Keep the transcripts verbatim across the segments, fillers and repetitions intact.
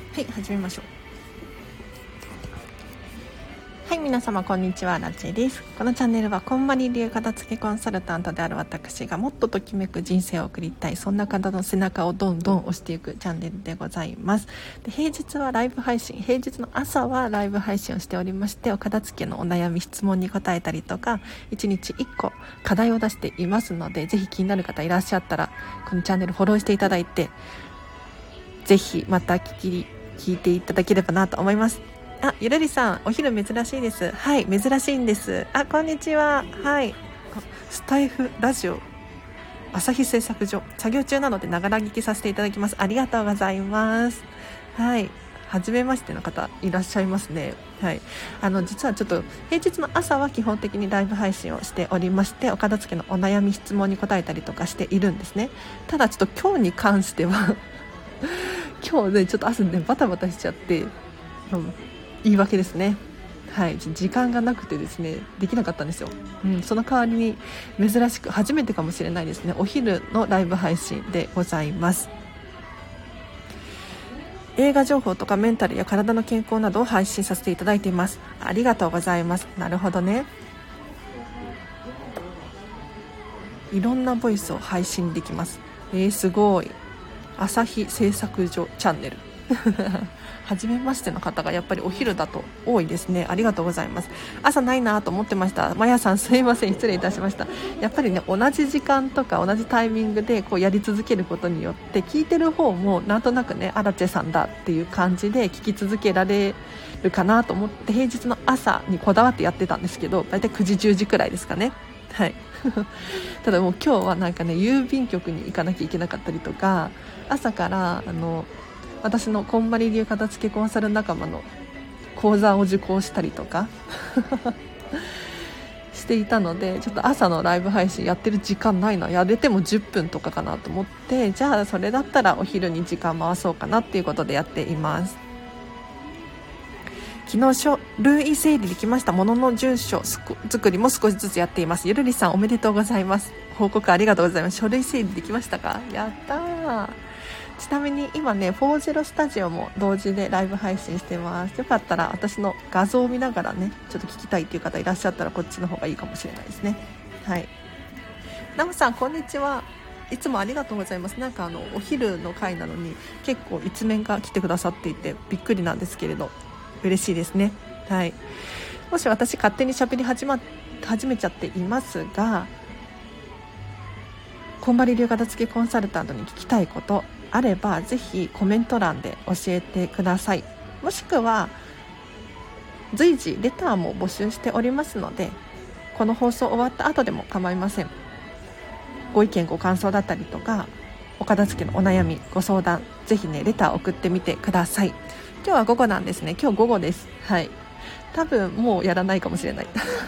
はい、始めましょう。はい、皆様こんにちは、ラチェです。このチャンネルはこんまり流片付けコンサルタントである私がもっとときめく人生を送りたい、そんな方の背中をどんどん押していくチャンネルでございます。で、平日はライブ配信、平日の朝はライブ配信をしておりまして、お片付けのお悩み質問に答えたりとか、いちにちいっこ課題を出していますので、ぜひ気になる方いらっしゃったらこのチャンネルフォローしていただいて、ぜひまた聞き聞いていただければなと思います。あ、ゆるりさん、お昼珍しいです。はい、珍しいんです。あ、こんにちは。はい、スタイフラジオ朝日製作所、作業中なのでながら聞きさせていただきます。ありがとうございます。はい、初めましての方いらっしゃいますね。はい、あの実はちょっと平日の朝は基本的にライブ配信をしておりまして、お片付けのお悩み質問に答えたりとかしているんですね。ただちょっと今日に関しては今日ねちょっと朝ねバタバタしちゃって、うん言い訳ですね。はい、時間がなくてですねできなかったんですよ。うん、その代わりに珍しく初めてかもしれないですね、お昼のライブ配信でございます。映画情報とかメンタルや体の健康などを配信させていただいています。ありがとうございます。なるほどね、いろんなボイスを配信できます。えー、すごい。朝日製作所チャンネル初めましての方がやっぱりお昼だと多いですね。ありがとうございます。朝ないなと思ってました。まやさんすいません、失礼いたしました。やっぱりね同じ時間とか同じタイミングでこうやり続けることによって聞いてる方もなんとなくねアラチェさんだっていう感じで聞き続けられるかなと思って平日の朝にこだわってやってたんですけど、だいたいくじじゅうじくらいですかね。はいただもう今日はなんかね郵便局に行かなきゃいけなかったりとか、朝からあの私のこんまり流片付けコンサル仲間の講座を受講したりとかしていたので、ちょっと朝のライブ配信やってる時間ないな、やれてもじゅっぷんとかかなと思って、じゃあそれだったらお昼に時間回そうかなっていうことでやっています。昨日書類整理できました。ものの住所作りも少しずつやっています。ゆるりさんおめでとうございます。報告ありがとうございます。書類整理できましたか？やったー。ちなみに今ねフォーゼロスタジオも同時でライブ配信してます。よかったら私の画像を見ながらねちょっと聞きたいっていう方いらっしゃったらこっちの方がいいかもしれないですね。はい、ナムさんこんにちは。いつもありがとうございます。なんかあのお昼の回なのに結構一面が来てくださっていてびっくりなんですけれど嬉しいですね。はい、もし私勝手に喋り始,、ま、始めちゃっていますが、こんまり流片付けコンサルタントに聞きたいことあればぜひコメント欄で教えてください。もしくは随時レターも募集しておりますので、この放送終わった後でも構いません。ご意見ご感想だったりとかお片付けのお悩みご相談、ぜひねレター送ってみてください。今日は午後なんですね。今日午後です。はい、多分もうやらないかもしれない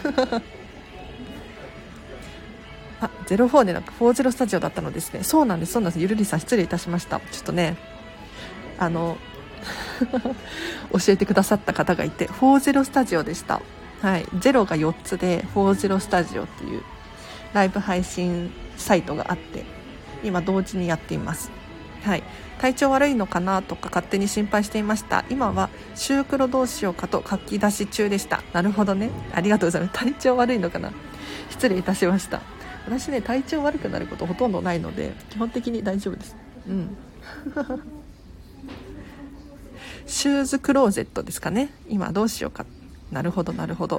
あ、ゼロフォーでなくフォーゼロスタジオだったのですね。そうなんです、そうなんです。ゆるりさん失礼いたしました。ちょっとねあの教えてくださった方がいてフォーゼロスタジオでした。はい、ゼロがよっつでフォーゼロスタジオっていうライブ配信サイトがあって今同時にやっています。はい、体調悪いのかなとか勝手に心配していました。今はシュークロどうしようかと書き出し中でした。なるほどね、ありがとうございます。体調悪いのかな、失礼いたしました。私ね体調悪くなることほとんどないので基本的に大丈夫です。うんシューズクローゼットですかね。今どうしようか。なるほどなるほど。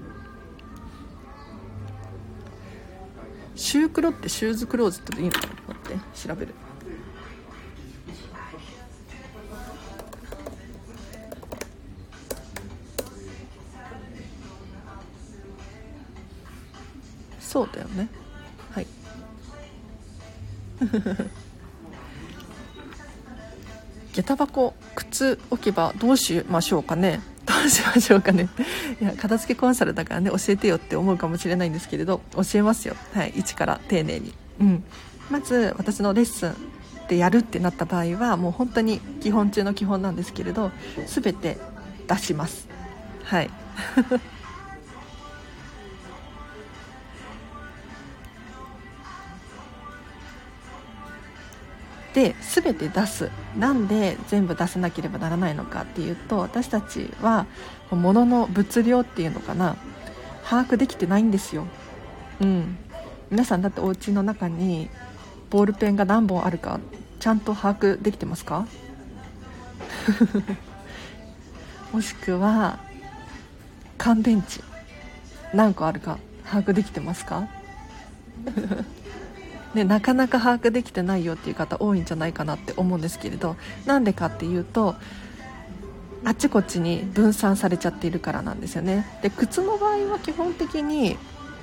シュークロってシューズクローゼットでいいのかな。待って調べる。そうだよね。はい下駄箱靴置き場どうしましょうかね。どうしましょうかねいや片付けコンサルだからね教えてよって思うかもしれないんですけれど教えますよ。はい、一から丁寧に。うん、まず私のレッスンでやるってなった場合はもう本当に基本中の基本なんですけれど全て出します。はいで全て出す。なんで全部出さなければならないのかっていうと、私たちは物の物量っていうのかな、把握できてないんですよ。うん、皆さんだってお家の中にボールペンが何本あるかちゃんと把握できてますか？もしくは乾電池何個あるか把握できてますか？ね、なかなか把握できてないよっていう方多いんじゃないかなって思うんですけれど、なんでかっていうと、あっちこっちに分散されちゃっているからなんですよね。で、靴の場合は基本的に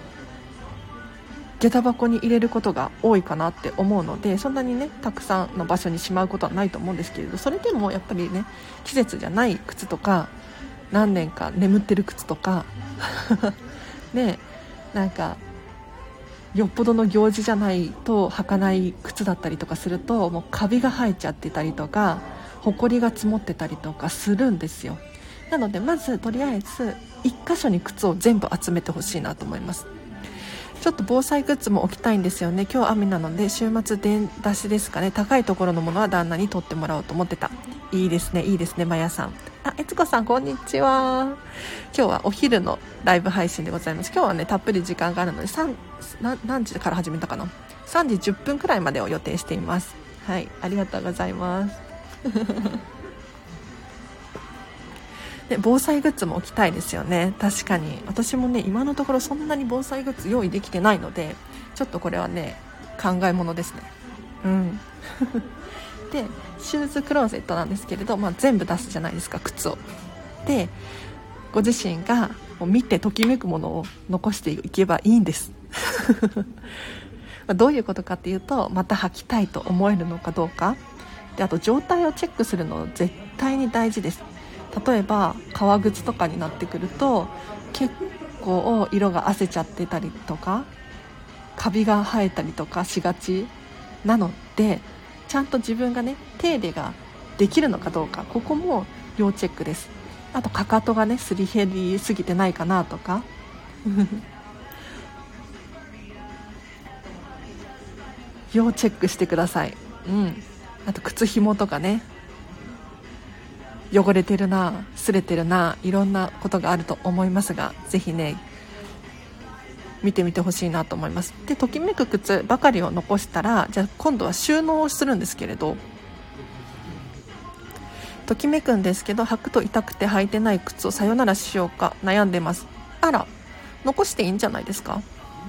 下駄箱に入れることが多いかなって思うので、そんなにねたくさんの場所にしまうことはないと思うんですけれど、それでもやっぱりね、季節じゃない靴とか、何年か眠ってる靴とかね、なんかよっぽどの行事じゃないと履かない靴だったりとかすると、もうカビが生えちゃってたりとか、ホコリが積もってたりとかするんですよ。なのでまずとりあえず一箇所に靴を全部集めてほしいなと思います。ちょっと防災グッズも置きたいんですよね。今日雨なので週末電出しですかね、高いところのものは旦那に取ってもらおうと思ってた。いいですね、いいですね、まやさん。あ、えつこさんこんにちは。今日はお昼のライブ配信でございます。今日はねたっぷり時間があるので、さんな何時から始めたかな、さんじじゅっぷんくらいまでを予定しています。はい、ありがとうございますで、防災グッズも置きたいですよね。確かに私もね今のところそんなに防災グッズ用意できてないので、ちょっとこれはね考えものですね。うんで、シューズクローゼットなんですけれど、まあ、全部出すじゃないですか、靴を。で、ご自身がもう見てときめくものを残していけばいいんですどういうことかっていうと、また履きたいと思えるのかどうかで、あと状態をチェックするの絶対に大事です。例えば革靴とかになってくると結構色が褪せちゃってたりとか、カビが生えたりとかしがちなので、ちゃんと自分がね手入れができるのかどうか、ここも要チェックです。あとかかとがねすり減りすぎてないかなとか要チェックしてください。うん、あと靴紐とかね、汚れてるな、擦れてるな、いろんなことがあると思いますが、ぜひね見てみてほしいなと思います。で、ときめく靴ばかりを残したら、じゃあ今度は収納をするんですけれど、ときめくんですけど履くと痛くて履いてない靴をさよならしようか悩んでます。あら、残していいんじゃないですか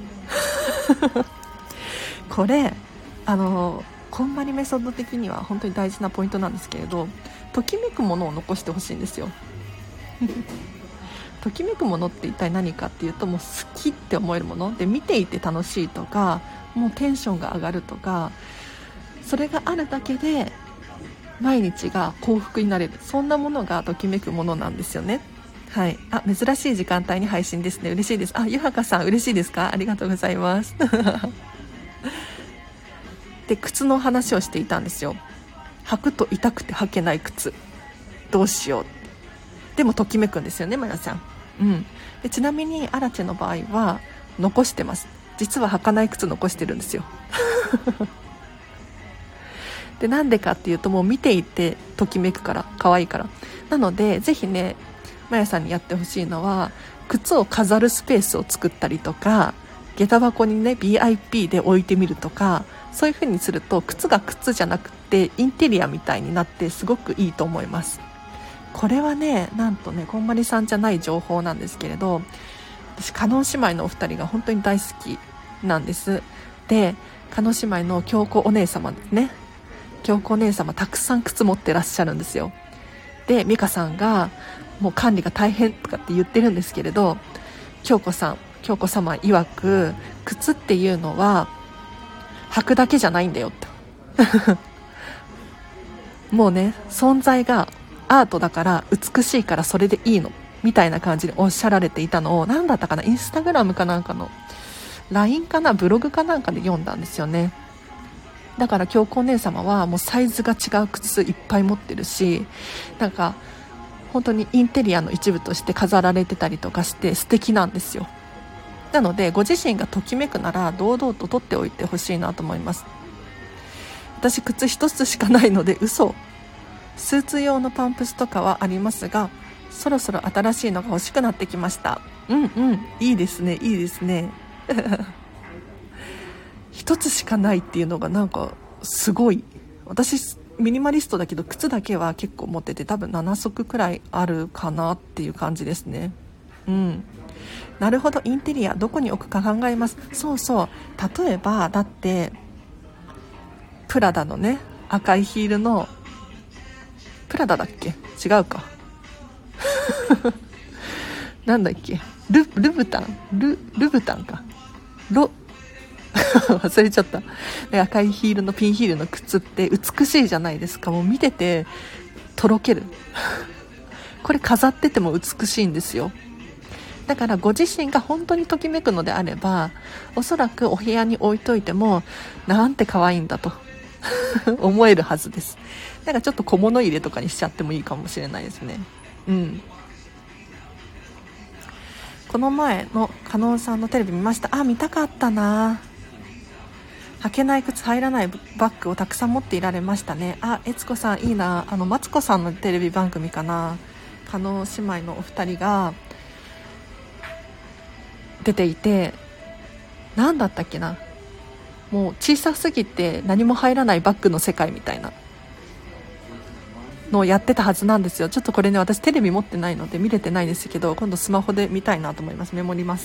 これあのこんまりメソッド的には本当に大事なポイントなんですけれど、ときめくものを残してほしいんですよときめくものって一体何かっていうと、もう好きって思えるもので、見ていて楽しいとか、もうテンションが上がるとか、それがあるだけで毎日が幸福になれる、そんなものがときめくものなんですよね。はい。あ、珍しい時間帯に配信ですね。嬉しいです。あ、ゆはかさん嬉しいですか？ありがとうございますで、靴の話をしていたんですよ。履くと痛くて履けない靴どうしよう。でもときめくんですよね、まやさん。うん、でちなみにアラチェの場合は残してます。実は履かない靴残してるんですよで、なんでかっていうと、もう見ていてときめくから、可愛いから。なのでぜひねまやさんにやってほしいのは、靴を飾るスペースを作ったりとか、下駄箱にね ブイアイピー で置いてみるとか、そういう風にすると靴が靴じゃなくてインテリアみたいになってすごくいいと思います。これはね、なんとねこんまりさんじゃない情報なんですけれど、私加納姉妹のお二人が本当に大好きなんです。で、加納姉妹の京子お姉様ですね、京子お姉様たくさん靴持ってらっしゃるんですよ。で、美香さんがもう管理が大変とかって言ってるんですけれど、京子さん京子様曰く、靴っていうのは履くだけじゃないんだよってもうね、存在がアートだから美しいからそれでいいのみたいな感じでおっしゃられていたのを、何だったかな、インスタグラムかなんかの ライン かな、ブログかなんかで読んだんですよね。だから京子お姉様はもうサイズが違う靴いっぱい持ってるし、なんか本当にインテリアの一部として飾られてたりとかして素敵なんですよ。なのでご自身がときめくなら堂々と取っておいてほしいなと思います。 私靴一つしかないので嘘。スーツ用のパンプスとかはありますが、そろそろ新しいのが欲しくなってきました。うんうん、いいですね、いいですね。一つしかないっていうのがなんかすごい。私ミニマリストだけど靴だけは結構持ってて、多分なな足くらいあるかなっていう感じですね。うん、なるほど。インテリアどこに置くか考えます。そうそう、例えばだってプラダのね、赤いヒールの、プラダだっけ、違うか。なんだっけ、ルルブタンルルブタンか、ロ忘れちゃった。赤いヒールのピンヒールの靴って美しいじゃないですか。もう見ててとろける。これ飾ってても美しいんですよ。だからご自身が本当にときめくのであれば、おそらくお部屋に置いといてもなんて可愛いんだと思えるはずです。だからちょっと小物入れとかにしちゃってもいいかもしれないですね。うん。この前の加納さんのテレビ見ました。あ、見たかったな。履けない靴、入らないバッグをたくさん持っていられましたね。あ、悦子さんいいな。あのマツコさんのテレビ番組かな。加納姉妹のお二人が出ていて、何だったっけな、もう小さすぎて何も入らないバッグの世界みたいなのをやってたはずなんですよ。ちょっとこれね、私テレビ持ってないので見れてないんですけど、今度スマホで見たいなと思います。メモります。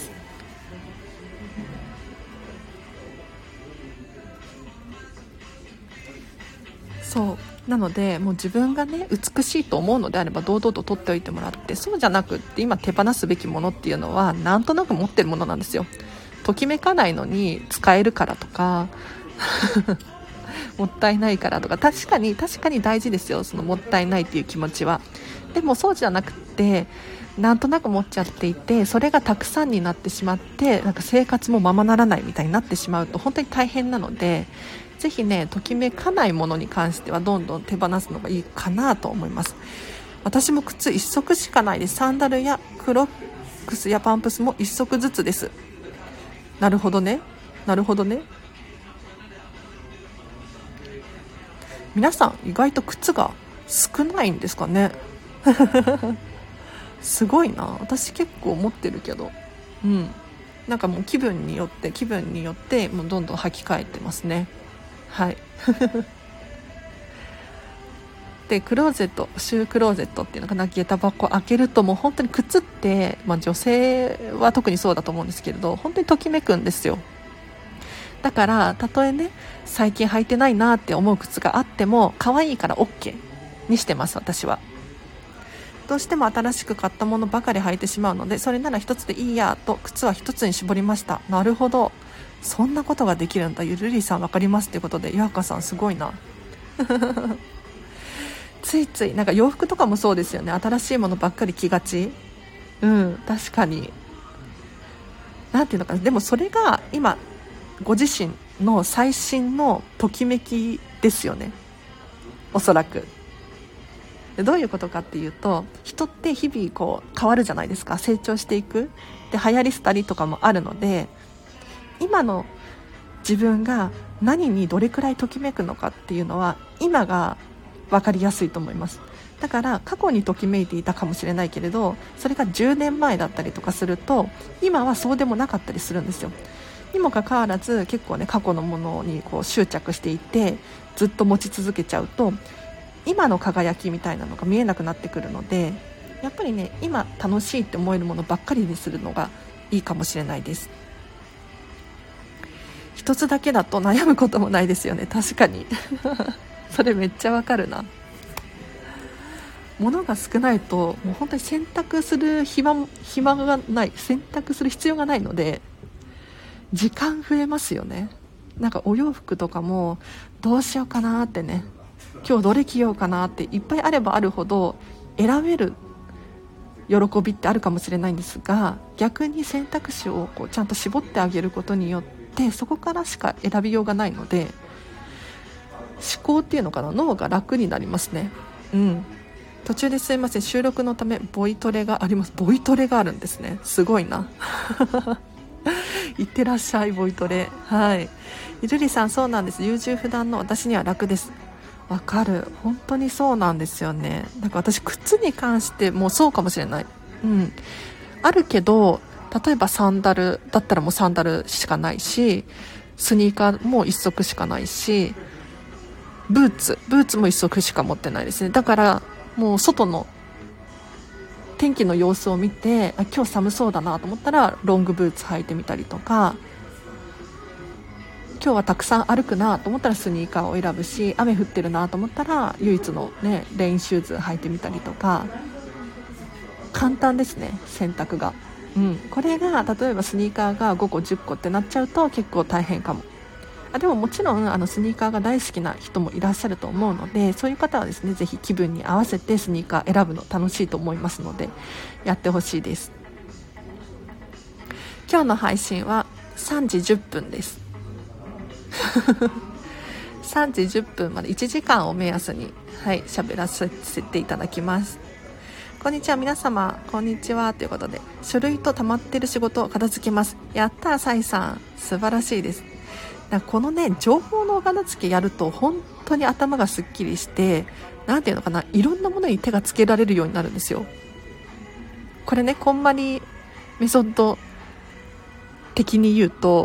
そうなので、もう自分がね美しいと思うのであれば堂々と取っておいてもらって、そうじゃなくって今手放すべきものっていうのはなんとなく持ってるものなんですよ。ときめかないのに使えるからとかもったいないからとか、確かに確かに大事ですよ、そのもったいないっていう気持ちは。でもそうじゃなくて、なんとなく持っちゃっていて、それがたくさんになってしまって、なんか生活もままならないみたいになってしまうと本当に大変なので、ぜひね、ときめかないものに関してはどんどん手放すのがいいかなと思います。私も靴一足しかないです。サンダルやクロックスやパンプスも一足ずつです。なるほどね、なるほどね。皆さん意外と靴が少ないんですかね。すごいな。私結構持ってるけど、うん、なんかもう気分によって気分によってもうどんどん履き替えてますね。はい。でクローゼット、シュークローゼットっていうのかな、下駄箱開けるともう本当に靴って、まあ、女性は特にそうだと思うんですけれど、本当にときめくんですよ。だからたとえね、最近履いてないなって思う靴があっても可愛いから OK にしてます。私はどうしても新しく買ったものばかり履いてしまうので、それなら一つでいいやと靴は一つに絞りました。なるほど、そんなことができるんだ。ゆるりさん分かりますっていうことで、ゆあかさんすごいな。ついついなんか洋服とかもそうですよね。新しいものばっかり着がち。うん、確かに。なんていうのかな、でもそれが今ご自身の最新のときめきですよね、おそらく。でどういうことかっていうと、人って日々こう変わるじゃないですか。成長していく。で流行り廃りとかもあるので、今の自分が何にどれくらいときめくのかっていうのは今が分かりやすいと思います。だから過去にときめいていたかもしれないけれど、それがじゅうねんまえだったりとかすると今はそうでもなかったりするんですよ。にもかかわらず結構ね、過去のものにこう執着していてずっと持ち続けちゃうと今の輝きみたいなのが見えなくなってくるので、やっぱりね、今楽しいって思えるものばっかりにするのがいいかもしれないです。一つだけだと悩むこともないですよね。確かに。それめっちゃわかるな。物が少ないともう本当に選択する暇暇がない、選択する必要がないので時間増えますよね。なんかお洋服とかもどうしようかなってね、今日どれ着ようかなっていっぱいあればあるほど選べる喜びってあるかもしれないんですが、逆に選択肢をこうちゃんと絞ってあげることによってそこからしか選びようがないので、思考っていうのかな、脳が楽になりますね。うん。途中ですいません、収録のためボイトレがあります。ボイトレがあるんですね。すごいな。 いってらっしゃいボイトレ。はい、ゆるりさん、そうなんです。優柔不断の私には楽です。わかる、本当にそうなんですよね。なんか私靴に関してもそうかもしれない。うんあるけど、例えばサンダルだったらもうサンダルしかないし、スニーカーも一足しかないし、ブーツブーツも一足しか持ってないですね。だからもう外の天気の様子を見て、あ今日寒そうだなと思ったらロングブーツ履いてみたりとか、今日はたくさん歩くなと思ったらスニーカーを選ぶし、雨降ってるなと思ったら唯一の、ね、レインシューズ履いてみたりとか、簡単ですね、選択が。うん、これが例えばスニーカーがごこじゅっこってなっちゃうと結構大変かも。あでももちろんあのスニーカーが大好きな人もいらっしゃると思うので、そういう方はですね、ぜひ気分に合わせてスニーカー選ぶの楽しいと思いますのでやってほしいです。今日の配信はさんじじゅっぷんですさんじじゅっぷんまでいちじかんを目安にはい喋らせていただきます。こんにちは皆様、こんにちはということで、書類と溜まってる仕事を片付けます。やったー、サイさん素晴らしいです。だからこのね情報のお片付けやると本当に頭がすっきりして、なんていうのかな、いろんなものに手がつけられるようになるんですよ。これね、こんまりメソッド的に言うと、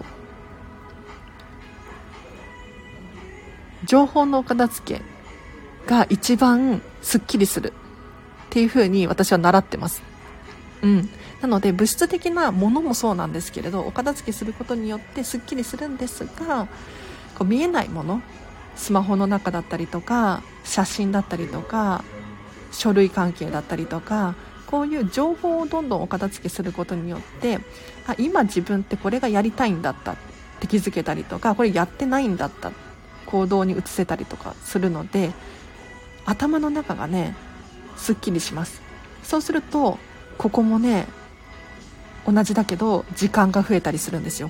情報のお片付けが一番すっきりするっていう風に私は習ってます。うん、なので物質的なものもそうなんですけれど、お片付けすることによってすっきりするんですが、こう見えないもの、スマホの中だったりとか写真だったりとか書類関係だったりとか、こういう情報をどんどんお片付けすることによって、あ今自分ってこれがやりたいんだったって気づけたりとか、これやってないんだった行動に移せたりとかするので、頭の中がねすっきりします。そうするとここもね同じだけど時間が増えたりするんですよ。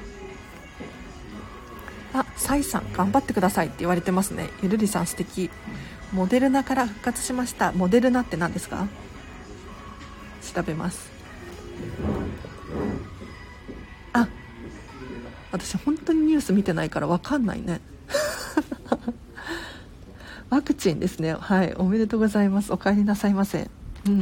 あ、サイさん頑張ってくださいって言われてますね。ゆるりさん素敵。モデルナから復活しました。モデルナって何ですか？調べます。あ、私本当にニュース見てないから分かんないねワクチンですね。はい、おめでとうございます。お帰りなさいませ。うん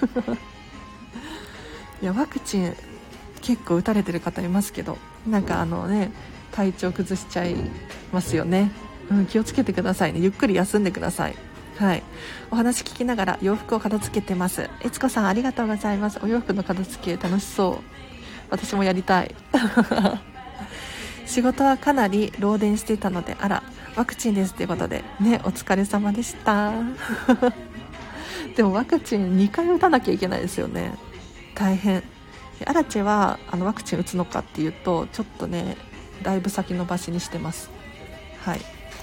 いやワクチン結構打たれてる方いますけど、なんかあのね体調崩しちゃいますよね。うん、気をつけてくださいね。ゆっくり休んでください。はい、お話聞きながら洋服を片付けてます。えつこさんありがとうございます。お洋服の片付け楽しそう。私もやりたい仕事はかなり漏電していたので、あらワクチンですということでね、お疲れ様でしたでもワクチンにかい打たなきゃいけないですよね。大変。アラチェはあのワクチン打つのかっていうと、ちょっとねだいぶ先延ばしにしてます。はい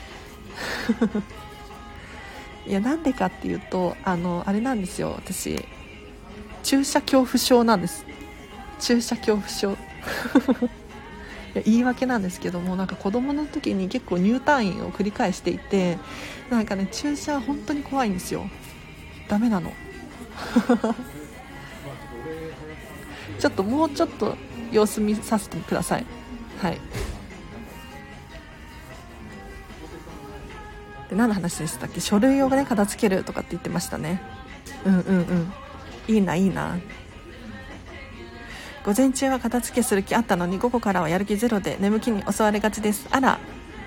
いやなんでかっていうと、あのあれなんですよ、私注射恐怖症なんです。注射恐怖症いや言い訳なんですけども、なんか子供の時に結構入退院を繰り返していて、なんかね注射本当に怖いんですよ。ダメなのちょっともうちょっと様子見させてください。はい。で何の話でしたっけ？書類をね片付けるとかって言ってましたね。うんうんうん。いいないいな。午前中は片付けする気あったのに、午後からはやる気ゼロで眠気に襲われがちです。あら。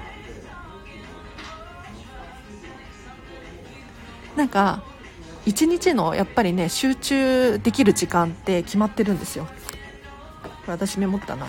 なんか一日のやっぱりね集中できる時間って決まってるんですよ。これ私メモったな。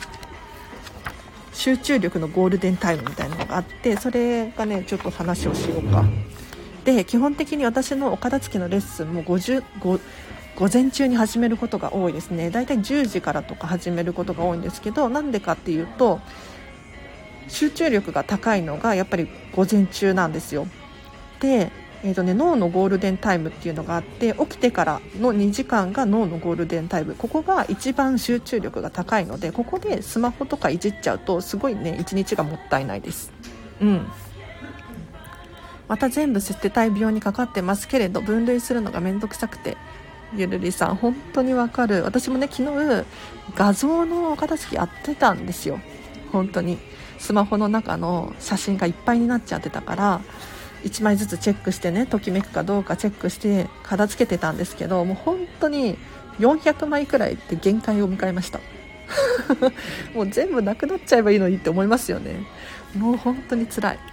集中力のゴールデンタイムみたいなのがあって、それがねちょっと話をしようか。で基本的に私のお片付けのレッスンもごじゅうご午前中に始めることが多いですね。だいたいじゅうじからとか始めることが多いんですけど、なんでかっていうと集中力が高いのがやっぱり午前中なんですよ。でえーとね、脳のゴールデンタイムっていうのがあって、起きてからのにじかんが脳のゴールデンタイム、ここが一番集中力が高いので、ここでスマホとかいじっちゃうとすごいね一日がもったいないです。うんまた全部捨てたい病にかかってますけれど、分類するのがめんどくさくてゆるりさん本当にわかる。私もね昨日画像のお片付けやってたんですよ。本当にスマホの中の写真がいっぱいになっちゃってたからいちまいずつチェックしてね、ときめくかどうかチェックして片付けてたんですけど、もう本当によんひゃくまいくらいって限界を迎えましたもう全部なくなっちゃえばいいのにって思いますよね。もう本当に辛い。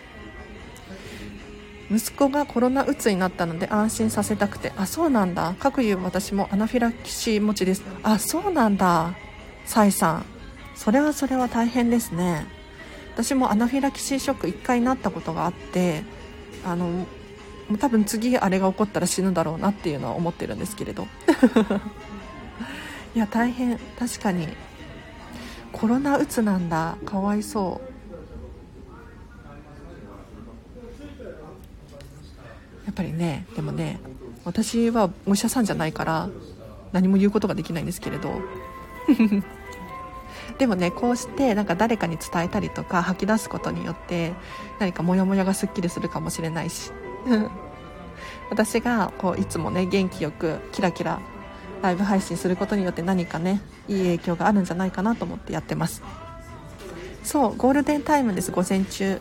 息子がコロナうつになったので安心させたくて。あ、そうなんだ。かくいう私もアナフィラキシー持ちです。あ、そうなんだ。サイさん、それはそれは大変ですね。私もアナフィラキシーショックいっかいなったことがあって、あのもう多分次あれが起こったら死ぬだろうなっていうのは思ってるんですけれどいや大変。確かにコロナうつなんだ。かわいそう。やっぱりね、でもね、私はお医者さんじゃないから何も言うことができないんですけれどでもね、こうしてなんか誰かに伝えたりとか吐き出すことによって何かモヤモヤがすっきりするかもしれないし私がこういつもね元気よくキラキラライブ配信することによって何かねいい影響があるんじゃないかなと思ってやってます。そう、ゴールデンタイムです。午前中、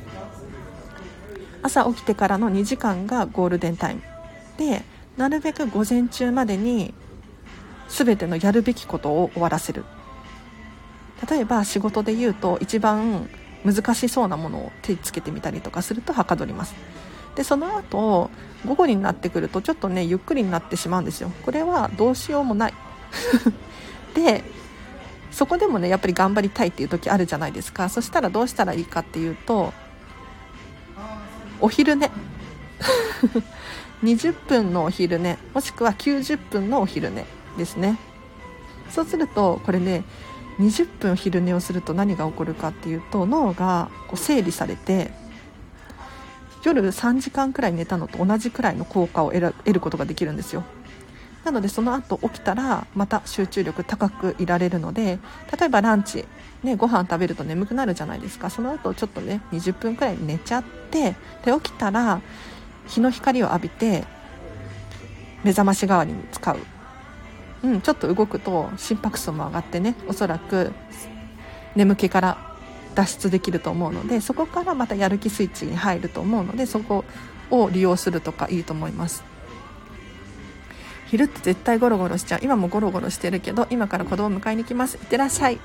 朝起きてからのにじかんがゴールデンタイムで、なるべく午前中までに全てのやるべきことを終わらせる。例えば仕事で言うと一番難しそうなものを手つけてみたりとかするとはかどります。でその後午後になってくるとちょっとねゆっくりになってしまうんですよ。これはどうしようもないでそこでもねやっぱり頑張りたいっていう時あるじゃないですか。そしたらどうしたらいいかっていうと、お昼寝にじゅっぷんのお昼寝、もしくはきゅうじゅっぷんのお昼寝ですね。そうするとこれねにじゅっぷん昼寝をすると何が起こるかっていうと、脳がこう整理されて夜さんじかんくらい寝たのと同じくらいの効果を得ることができるんですよ。なのでその後起きたらまた集中力高くいられるので、例えばランチ、ね、ご飯食べると眠くなるじゃないですか。その後ちょっとねにじゅっぷんくらい寝ちゃって、で起きたら日の光を浴びて目覚まし代わりに使う。うん、ちょっと動くと心拍数も上がってね、おそらく眠気から脱出できると思うので、そこからまたやる気スイッチに入ると思うので、そこを利用するとかいいと思います。昼って絶対ゴロゴロしちゃう。今もゴロゴロしてるけど、今から子供迎えに来ます。いってらっしゃい。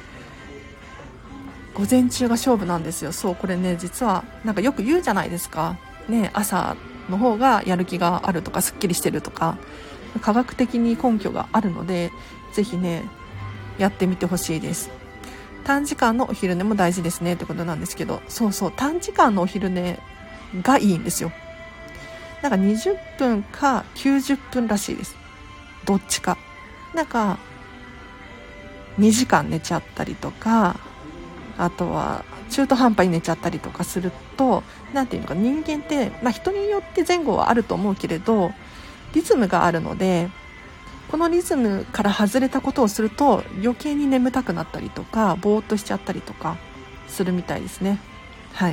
午前中が勝負なんですよ。そう、これね実はなんかよく言うじゃないですかね、朝の方がやる気があるとかすっきりしてるとか、科学的に根拠があるのでぜひねやってみてほしいです。短時間のお昼寝も大事ですねってことなんですけど、そうそう、短時間のお昼寝がいいんですよ。なんかにじゅっぷんかきゅうじゅっぷんらしいです。どっちか。なんかにじかん寝ちゃったりとか、あとは中途半端に寝ちゃったりとかすると、なんていうのか、人間って、まあ、人によって前後はあると思うけれどリズムがあるので、このリズムから外れたことをすると余計に眠たくなったりとかぼーっとしちゃったりとかするみたいですね。はい。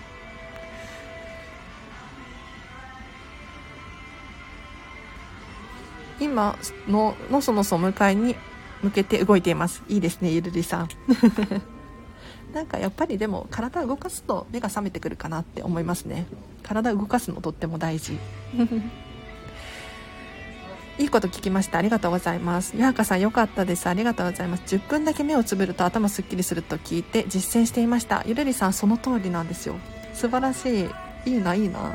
今ののそのそ迎えに向けて動いています。いいですね、ゆるりさんなんかやっぱりでも体を動かすと目が覚めてくるかなって思いますね。体を動かすのとっても大事いいこと聞きました。ありがとうございます。やはかさん、よかったです。ありがとうございます。じゅっぷんだけ目をつぶると頭すっきりすると聞いて実践していました。ゆるりさん、その通りなんですよ。素晴らしい。いいないいな。きっ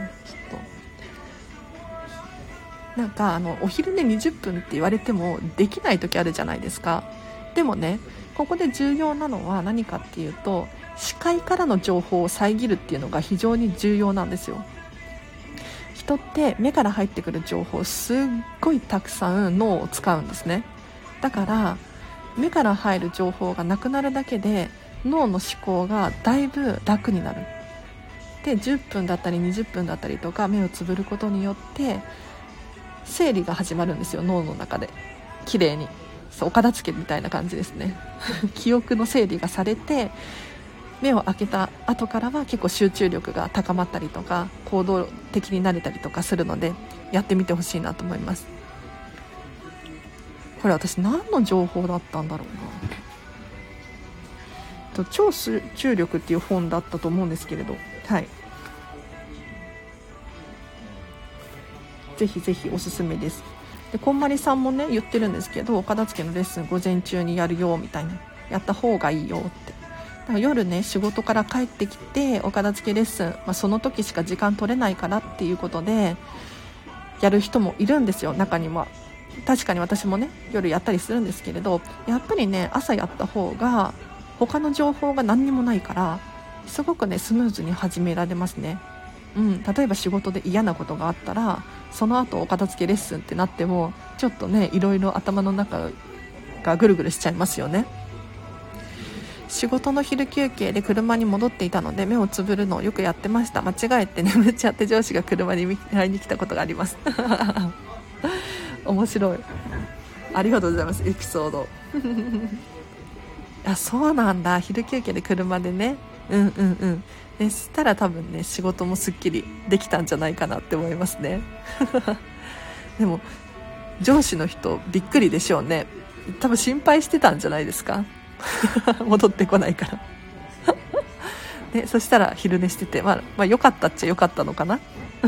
となんかあのお昼寝にじゅっぷんって言われてもできない時あるじゃないですか。でもね、ここで重要なのは何かっていうと、視界からの情報を遮るっていうのが非常に重要なんですよ。人って目から入ってくる情報すっごいたくさん脳を使うんですね。だから目から入る情報がなくなるだけで脳の思考がだいぶ楽になる。でじゅっぷんだったりにじゅっぷんだったりとか目をつぶることによって整理が始まるんですよ。脳の中で綺麗に、そうお片付けみたいな感じですね記憶の整理がされて、目を開けた後からは結構集中力が高まったりとか行動的になれたりとかするので、やってみてほしいなと思います。 これ私何の情報だったんだろうな。と超集中力っていう本だったと思うんですけれど、はい、ぜひぜひおすすめです。でこんまりさんもね言ってるんですけど、お片付けのレッスン午前中にやるよみたいな、やった方がいいよって。だから夜ね仕事から帰ってきてお片付けレッスン、まあ、その時しか時間取れないからっていうことでやる人もいるんですよ、中には。確かに私もね夜やったりするんですけれど、やっぱりね朝やった方が他の情報が何にもないからすごくねスムーズに始められますね。うん、例えば仕事で嫌なことがあったらその後お片付けレッスンってなってもちょっとねいろいろ頭の中がぐるぐるしちゃいますよね。仕事の昼休憩で車に戻っていたので目をつぶるのをよくやってました。間違えて眠っちゃって上司が車に会いに来たことがあります面白い、ありがとうございますエピソードあ、そうなんだ、昼休憩で車でね、うんうんうんでしたら多分ね仕事もすっきりできたんじゃないかなって思いますねでも上司の人びっくりでしょうね。多分心配してたんじゃないですか戻ってこないからでそしたら昼寝してて、まあ、まあ良かったっちゃ良かったのかな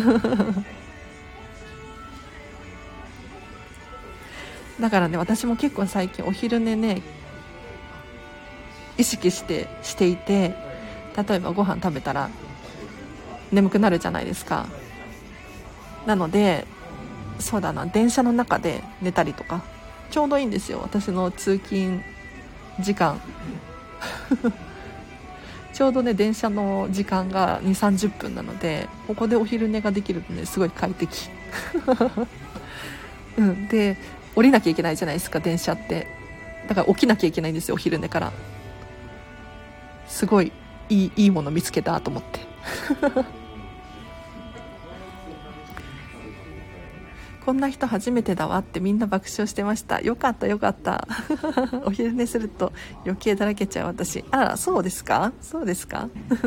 だからね私も結構最近お昼寝ね意識してしていて、例えばご飯食べたら眠くなるじゃないですか。なのでそうだな、電車の中で寝たりとかちょうどいいんですよ、私の通勤時間ちょうどね電車の時間がにじゅう、さんじゅっぷんなのでここでお昼寝ができるとねすごい快適うんで降りなきゃいけないじゃないですか電車って。だから起きなきゃいけないんですよお昼寝から。すごいいい、いいもの見つけたと思ってこんな人初めてだわってみんな爆笑してました。よかったよかったお昼寝すると余計だらけちゃう私。あらそうですかそうですか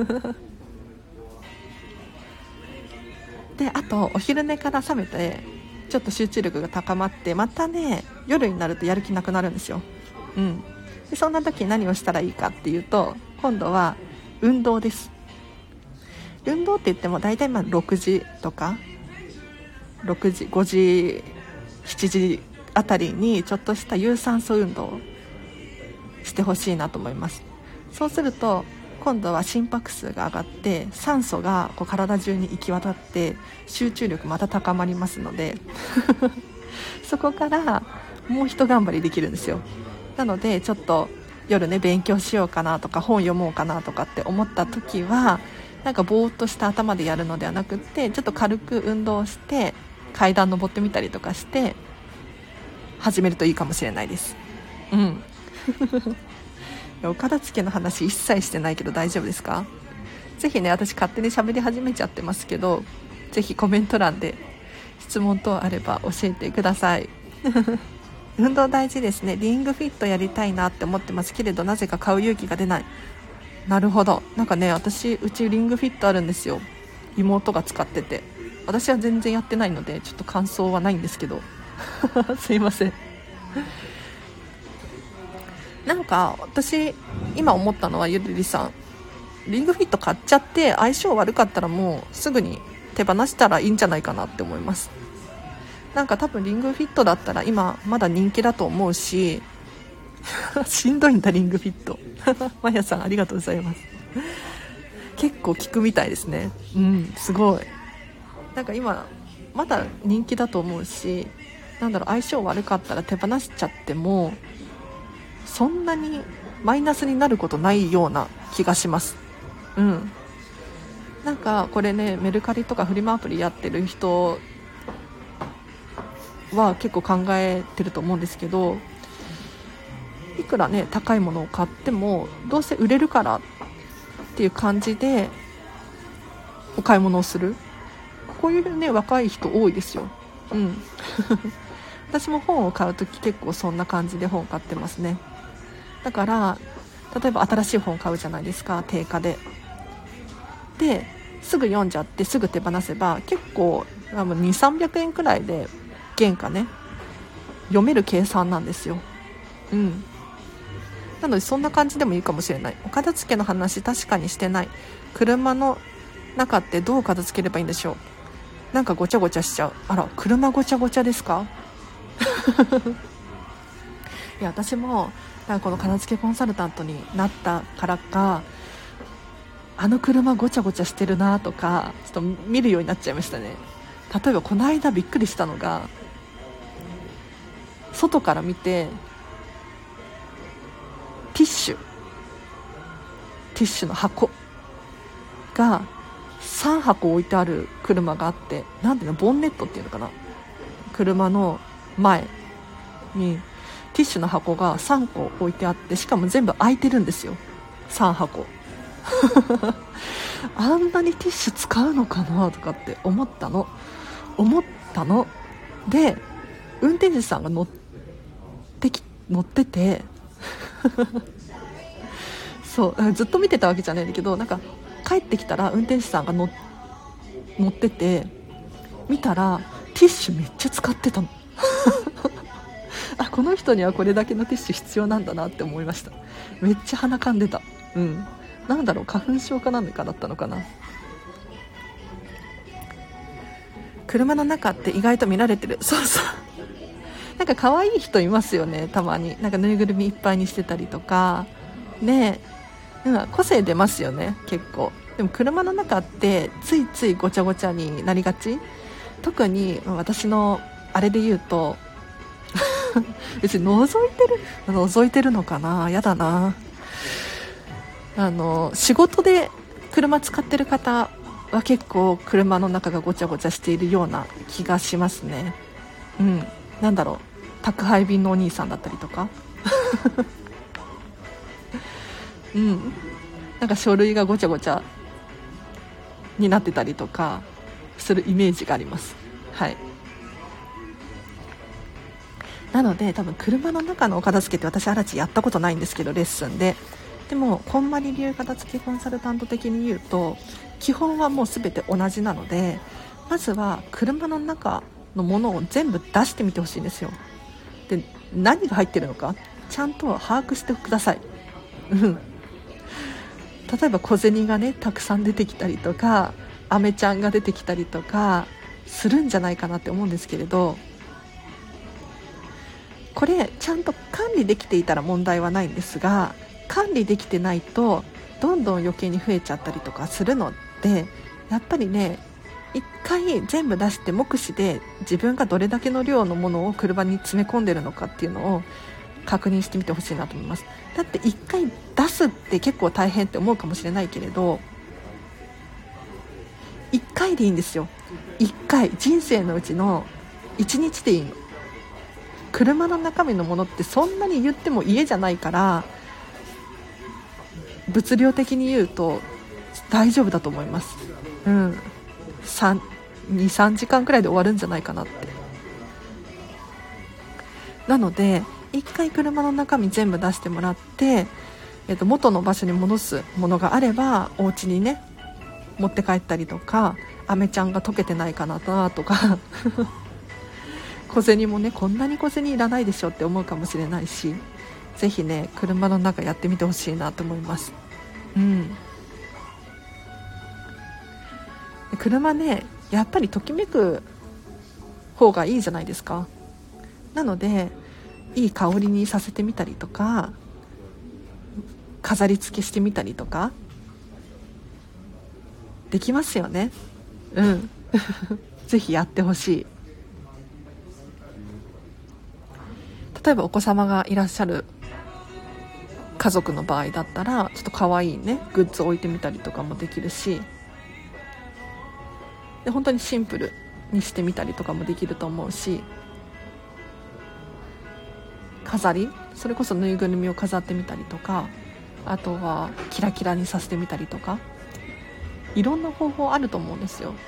であとお昼寝から覚めてちょっと集中力が高まってまたね夜になるとやる気なくなるんですよ。うんでそんな時何をしたらいいかっていうと今度は運動です。運動って言っても大体まあろくじとかろくじごじしちじあたりにちょっとした有酸素運動をしてほしいなと思います。そうすると今度は心拍数が上がって酸素がこう体中に行き渡って集中力また高まりますのでそこからもう一頑張りできるんですよ。なのでちょっと夜ね勉強しようかなとか本読もうかなとかって思った時はなんかぼーっとした頭でやるのではなくってちょっと軽く運動して階段登ってみたりとかして始めるといいかもしれないです。うんお片付けの話一切してないけど大丈夫ですか？ぜひね私勝手に喋り始めちゃってますけどぜひコメント欄で質問等あれば教えてください運動大事ですね。リングフィットやりたいなって思ってますけれどなぜか買う勇気が出ない。なるほど。なんかね私うちリングフィットあるんですよ。妹が使ってて私は全然やってないのでちょっと感想はないんですけどすいません。なんか私今思ったのはゆるりさんリングフィット買っちゃって相性悪かったらもうすぐに手放したらいいんじゃないかなって思います。なんか多分リングフィットだったら今まだ人気だと思うししんどいんだリングフィットまやさんありがとうございます。結構効くみたいですね。うんすごいなんか今まだ人気だと思うしなんだろう相性悪かったら手放しちゃってもそんなにマイナスになることないような気がします。うんなんかこれねメルカリとかフリマアプリやってる人は結構考えてると思うんですけどいくらね高いものを買ってもどうせ売れるからっていう感じでお買い物をするこういうね若い人多いですよ。うん私も本を買うとき結構そんな感じで本を買ってますね。だから例えば新しい本を買うじゃないですか定価でですぐ読んじゃってすぐ手放せば結構にせんさんびゃくえんくらいで原価ね読める計算なんですよ。うんなのでそんな感じでもいいかもしれない。お片付けの話確かにしてない。車の中ってどう片付ければいいんでしょう。なんかごちゃごちゃしちゃう。あら、車ごちゃごちゃですかいや私もなんかこの片付けコンサルタントになったからか、あの車ごちゃごちゃしてるなとかちょっと見るようになっちゃいましたね。例えばこの間びっくりしたのが、外から見てティッシュティッシュの箱がさん箱置いてある車があって、なんていうの、ボンネットっていうのかな、車の前にティッシュの箱がさんこ置いてあって、しかも全部開いてるんですよ、さん箱あんなにティッシュ使うのかなとかって思ったの思ったので、運転手さんが乗ってき乗っててそうずっと見てたわけじゃないんだけど、なんか帰ってきたら運転手さんが乗乗ってて、見たらティッシュめっちゃ使ってたのあ、この人にはこれだけのティッシュ必要なんだなって思いました。めっちゃ鼻かんでた。うんなんだろう、花粉症かなんかだったのかな。車の中って意外と見られてる。そうそうなんか可愛い人いますよね、たまに。なんかぬいぐるみいっぱいにしてたりとかね、なんか個性出ますよね結構。でも車の中ってついついごちゃごちゃになりがち。特に私のあれで言うと別に覗いてる覗いてるのかな、やだな。あの仕事で車使ってる方は結構車の中がごちゃごちゃしているような気がしますね。うんなんだろう、宅配便のお兄さんだったりとかうんなんか書類がごちゃごちゃになってたりとかするイメージがあります。はいなので多分車の中のお片付けって私あらちやったことないんですけど、レッスンで。でもこんまり流片付けコンサルタント的に言うと基本はもう全て同じなので、まずは車の中のものを全部出してみてほしいんですよ。で何が入ってるのかちゃんと把握してください。うん例えば小銭がねたくさん出てきたりとか、アメちゃんが出てきたりとかするんじゃないかなって思うんですけれど、これちゃんと管理できていたら問題はないんですが、管理できてないとどんどん余計に増えちゃったりとかするので、やっぱりね一回全部出して目視で自分がどれだけの量のものを車に詰め込んでるのかっていうのを確認してみてほしいなと思います。だって一回出すって結構大変って思うかもしれないけれど、一回でいいんですよ。一回、人生のうちの一日でいいの。車の中身のものってそんなに言っても家じゃないから、物量的に言うと大丈夫だと思います。うんに、さんじかんくらいで終わるんじゃないかなって。なので一回車の中身全部出してもらって、えっと、元の場所に戻すものがあればお家にね持って帰ったりとか、アメちゃんが溶けてないかなとか小銭もね、こんなに小銭いらないでしょって思うかもしれないし、ぜひね車の中やってみてほしいなと思います。うん車ねやっぱりときめく方がいいじゃないですか。なのでいい香りにさせてみたりとか、飾り付けしてみたりとかできますよね。うんぜひやってほしい。例えばお子様がいらっしゃる家族の場合だったらちょっと可愛いねグッズを置いてみたりとかもできるし、で本当にシンプルにしてみたりとかもできると思うし、飾り、それこそぬいぐるみを飾ってみたりとか、あとはキラキラにさせてみたりとか、いろんな方法あると思うんですよ。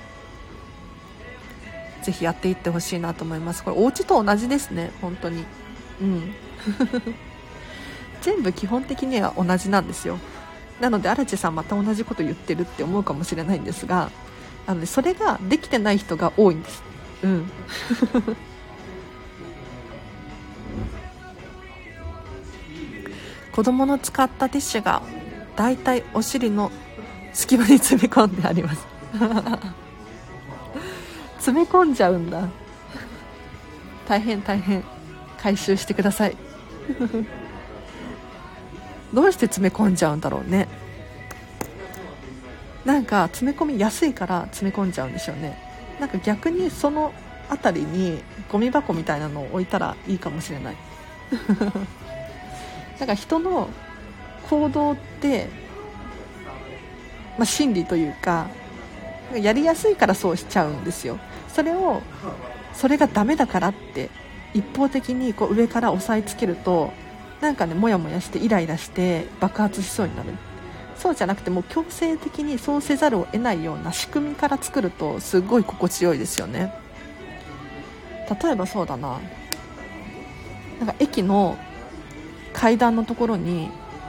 ぜひやっていってほしいなと思います。これお家と同じですね本当に。うん全部基本的には同じなんですよ。なので荒地さんまた同じこと言ってるって思うかもしれないんですが、なのでそれができてない人が多いんです。うん子供の使ったティッシュがだいたいお尻の隙間に詰め込んであります詰め込んじゃうんだ。大変大変、回収してくださいどうして詰め込んじゃうんだろうね。なんか詰め込みやすいから詰め込んじゃうんでしょうね。なんか逆にそのあたりにゴミ箱みたいなのを置いたらいいかもしれないなんか人の行動って、まあ、心理というかやりやすいからそうしちゃうんですよ。それをそれがダメだからって一方的にこう上から押さえつけるとなんかねモヤモヤしてイライラして爆発しそうになる。そうじゃなくてもう強制的にそうせざるを得ないような仕組みから作るとすごい心地よいですよね。例えばそうだな、なんか駅の階段のところに、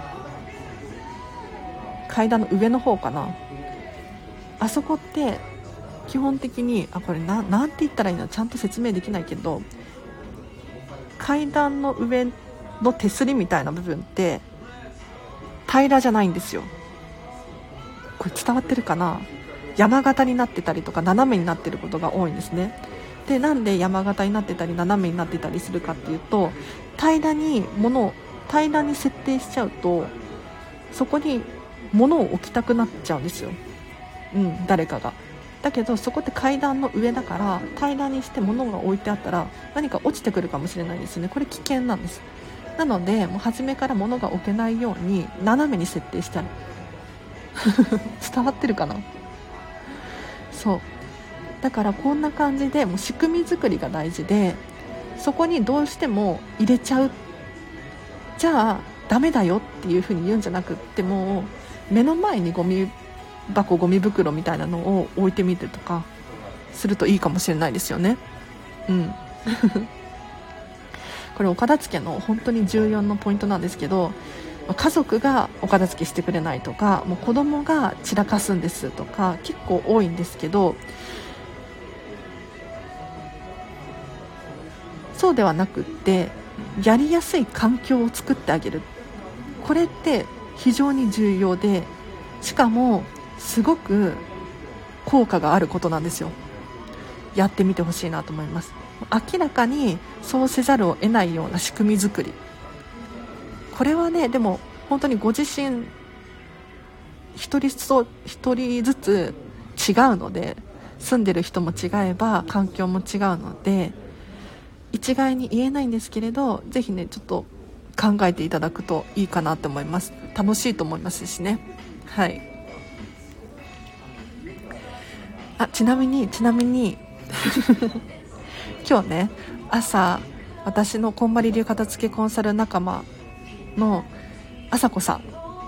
階段の上の方かな、あそこって基本的にあこれ な, なんて言ったらいいのちゃんと説明できないけど、階段の上の手すりみたいな部分って平らじゃないんですよ。これ伝わってるかな。山形になってたりとか斜めになってることが多いんですね。でなんで山形になってたり斜めになってたりするかっていうと、平らに物を平らに設定しちゃうとそこに物を置きたくなっちゃうんですよ、うん、誰かが。だけどそこって階段の上だから平らにして物が置いてあったら何か落ちてくるかもしれないですね。これ危険なんです。なのでもう初めから物が置けないように斜めに設定してある伝わってるかな。そうだからこんな感じでもう仕組み作りが大事で、そこにどうしても入れちゃう、じゃあダメだよっていう風に言うんじゃなくって、もう目の前にゴミ箱ゴミ袋みたいなのを置いてみてとかするといいかもしれないですよね。うんこれお片付けの本当に重要なポイントなんですけど、家族がお片付けしてくれないとか、もう子供が散らかすんですとか結構多いんですけど、そうではなくってやりやすい環境を作ってあげる、これって非常に重要で、しかもすごく効果があることなんですよ。やってみてほしいなと思います。明らかにそうせざるを得ないような仕組み作り、これはねでも本当にご自身一人ず一人ずつ違うので、住んでる人も違えば環境も違うので一概に言えないんですけれど、ぜひねちょっと考えていただくといいかなと思います。楽しいと思いますしね。はいあちなみにちなみに今日ね朝私のこんまり流片付けコンサル仲間のあさこさん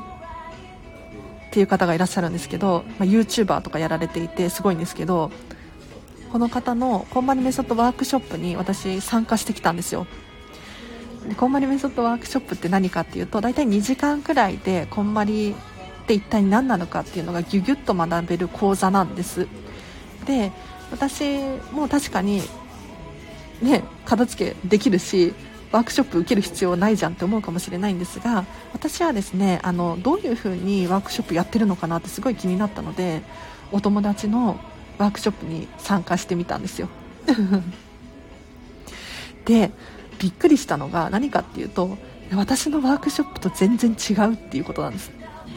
っていう方がいらっしゃるんですけど、まあ、YouTuber とかやられていてすごいんですけど、この方のこんまりメソッドワークショップに私参加してきたんですよ。でこんまりメソッドワークショップって何かっていうと、だいたいにじかんくらいでこんまりって一体何なのかっていうのがギュギュッと学べる講座なんです。で私も確かにね片付けできるしワークショップ受ける必要ないじゃんって思うかもしれないんですが、私はですねあのどういう風にワークショップやってるのかなってすごい気になったので、お友達のワークショップに参加してみたんですよでびっくりしたのが何かっていうと、私のワークショップと全然違うっていうことなんです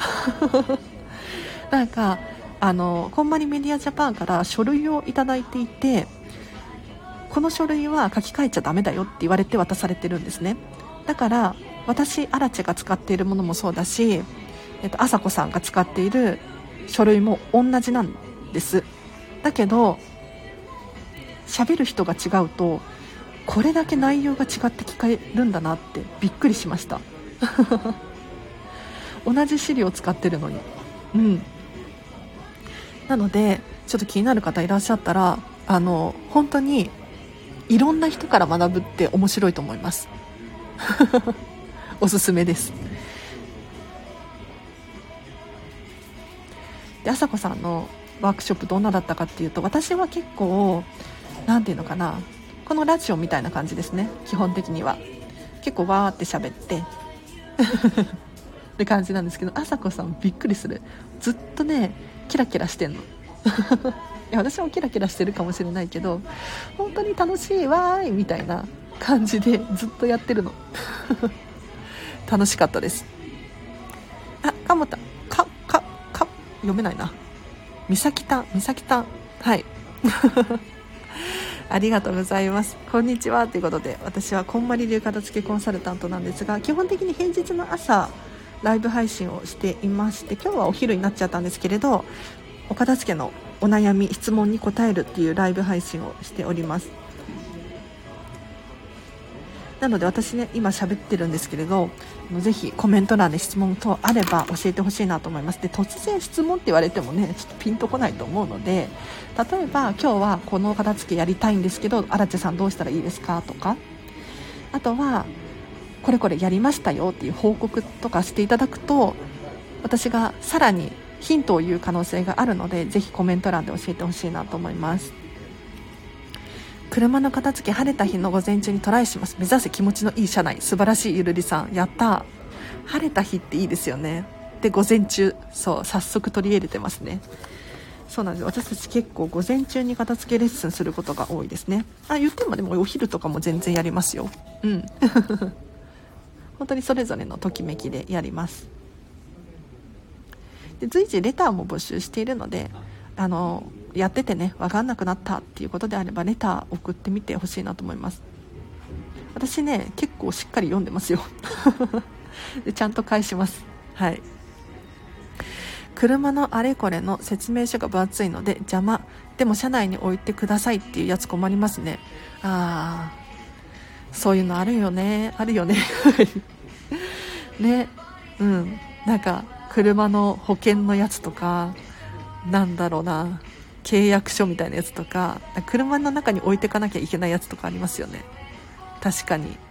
なんかあのこんまりメディアジャパンから書類をいただいていて、この書類は書き換えちゃダメだよって言われて渡されてるんですね。だから私アラチェが使っているものもそうだし、えっと、あさこさんが使っている書類も同じなんです。だけど喋る人が違うとこれだけ内容が違って聞かれるんだなってびっくりしました同じ資料を使ってるのに。うんなのでちょっと気になる方いらっしゃったら、あの本当にいろんな人から学ぶって面白いと思いますおすすめです。であさこさんのワークショップどんなだったかっていうと、私は結構なんていうのかな、このラジオみたいな感じですね。基本的には結構わーって喋ってって感じなんですけど、あさこさんびっくりする、ずっとねキラキラしてんのいや私もキラキラしてるかもしれないけど、本当に楽しいわーいみたいな感じでずっとやってるの楽しかったです。あ、かもたかかか読めないな、みさきたんみさきたん、はいありがとうございます。こんにちはということで、私はこんまり流片付けコンサルタントなんですが、基本的に平日の朝ライブ配信をしていまして、今日はお昼になっちゃったんですけれど、お片付けのお悩み質問に答えるっていうライブ配信をしております。なので私ね今喋ってるんですけれど、ぜひコメント欄で質問等あれば教えてほしいなと思います。で、突然質問って言われてもねちょっとピンとこないと思うので、例えば今日はこの片付けやりたいんですけど、荒地さんどうしたらいいですかとか、あとはこれこれやりましたよっていう報告とかしていただくと、私がさらにヒントを言う可能性があるので、ぜひコメント欄で教えてほしいなと思います。車の片付け晴れた日の午前中にトライします。目指せ気持ちのいい車内。素晴らしいゆるりさん、やった。晴れた日っていいですよね。で、午前中、そう早速取り入れてますね。そうなんです。私たち結構午前中に片付けレッスンすることが多いですね。あ、言ってもでもお昼とかも全然やりますよ。うん本当にそれぞれのときめきでやります。で、随時レターも募集しているので、あのやっててね分かんなくなったっていうことであればレター送ってみてほしいなと思います。私ね結構しっかり読んでますよでちゃんと返します。はい。車のあれこれの説明書が分厚いので邪魔、でも車内に置いてくださいっていうやつ困りますね。あー、そういうのあるよねあるよねね、うん、なんか車の保険のやつとか、なんだろうな、契約書みたいなやつとか、車の中に置いてかなきゃいけないやつとかありますよね。確かに。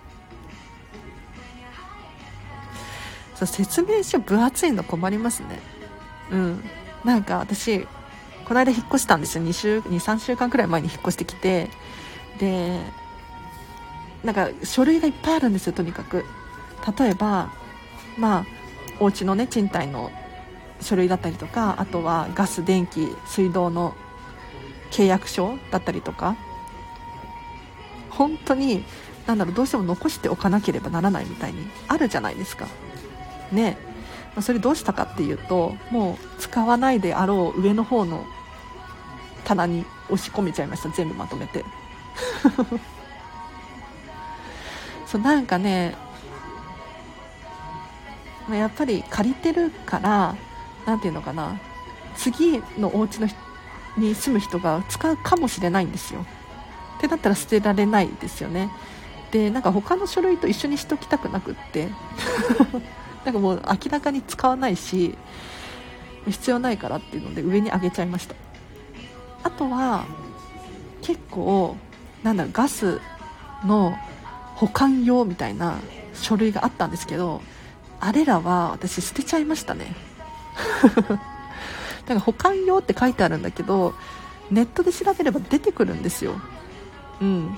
そう、説明書分厚いの困りますね。うん。なんか私この間引っ越したんですよ。に週にさんしゅうかんくらい前に引っ越してきて、でなんか書類がいっぱいあるんですよ。とにかく例えばまあお家のね賃貸の書類だったりとか、あとはガス電気水道の契約書だったりとか、本当になんだろう、どうしても残しておかなければならないみたいにあるじゃないですかね。それどうしたかっていうと、もう使わないであろう上の方の棚に押し込めちゃいました。全部まとめてそうなんかね、やっぱり借りてるから、なんていうのかな、次のお家のに住む人が使うかもしれないんですよ。ってなったら捨てられないですよね。で、なんか他の書類と一緒にしときたくなくってなんかもう明らかに使わないし必要ないからっていうので上に上げちゃいました。あとは結構なんだろう、ガスの保管用みたいな書類があったんですけど、あれらは私捨てちゃいましたねなんか保管用って書いてあるんだけど、ネットで調べれば出てくるんですよ。うん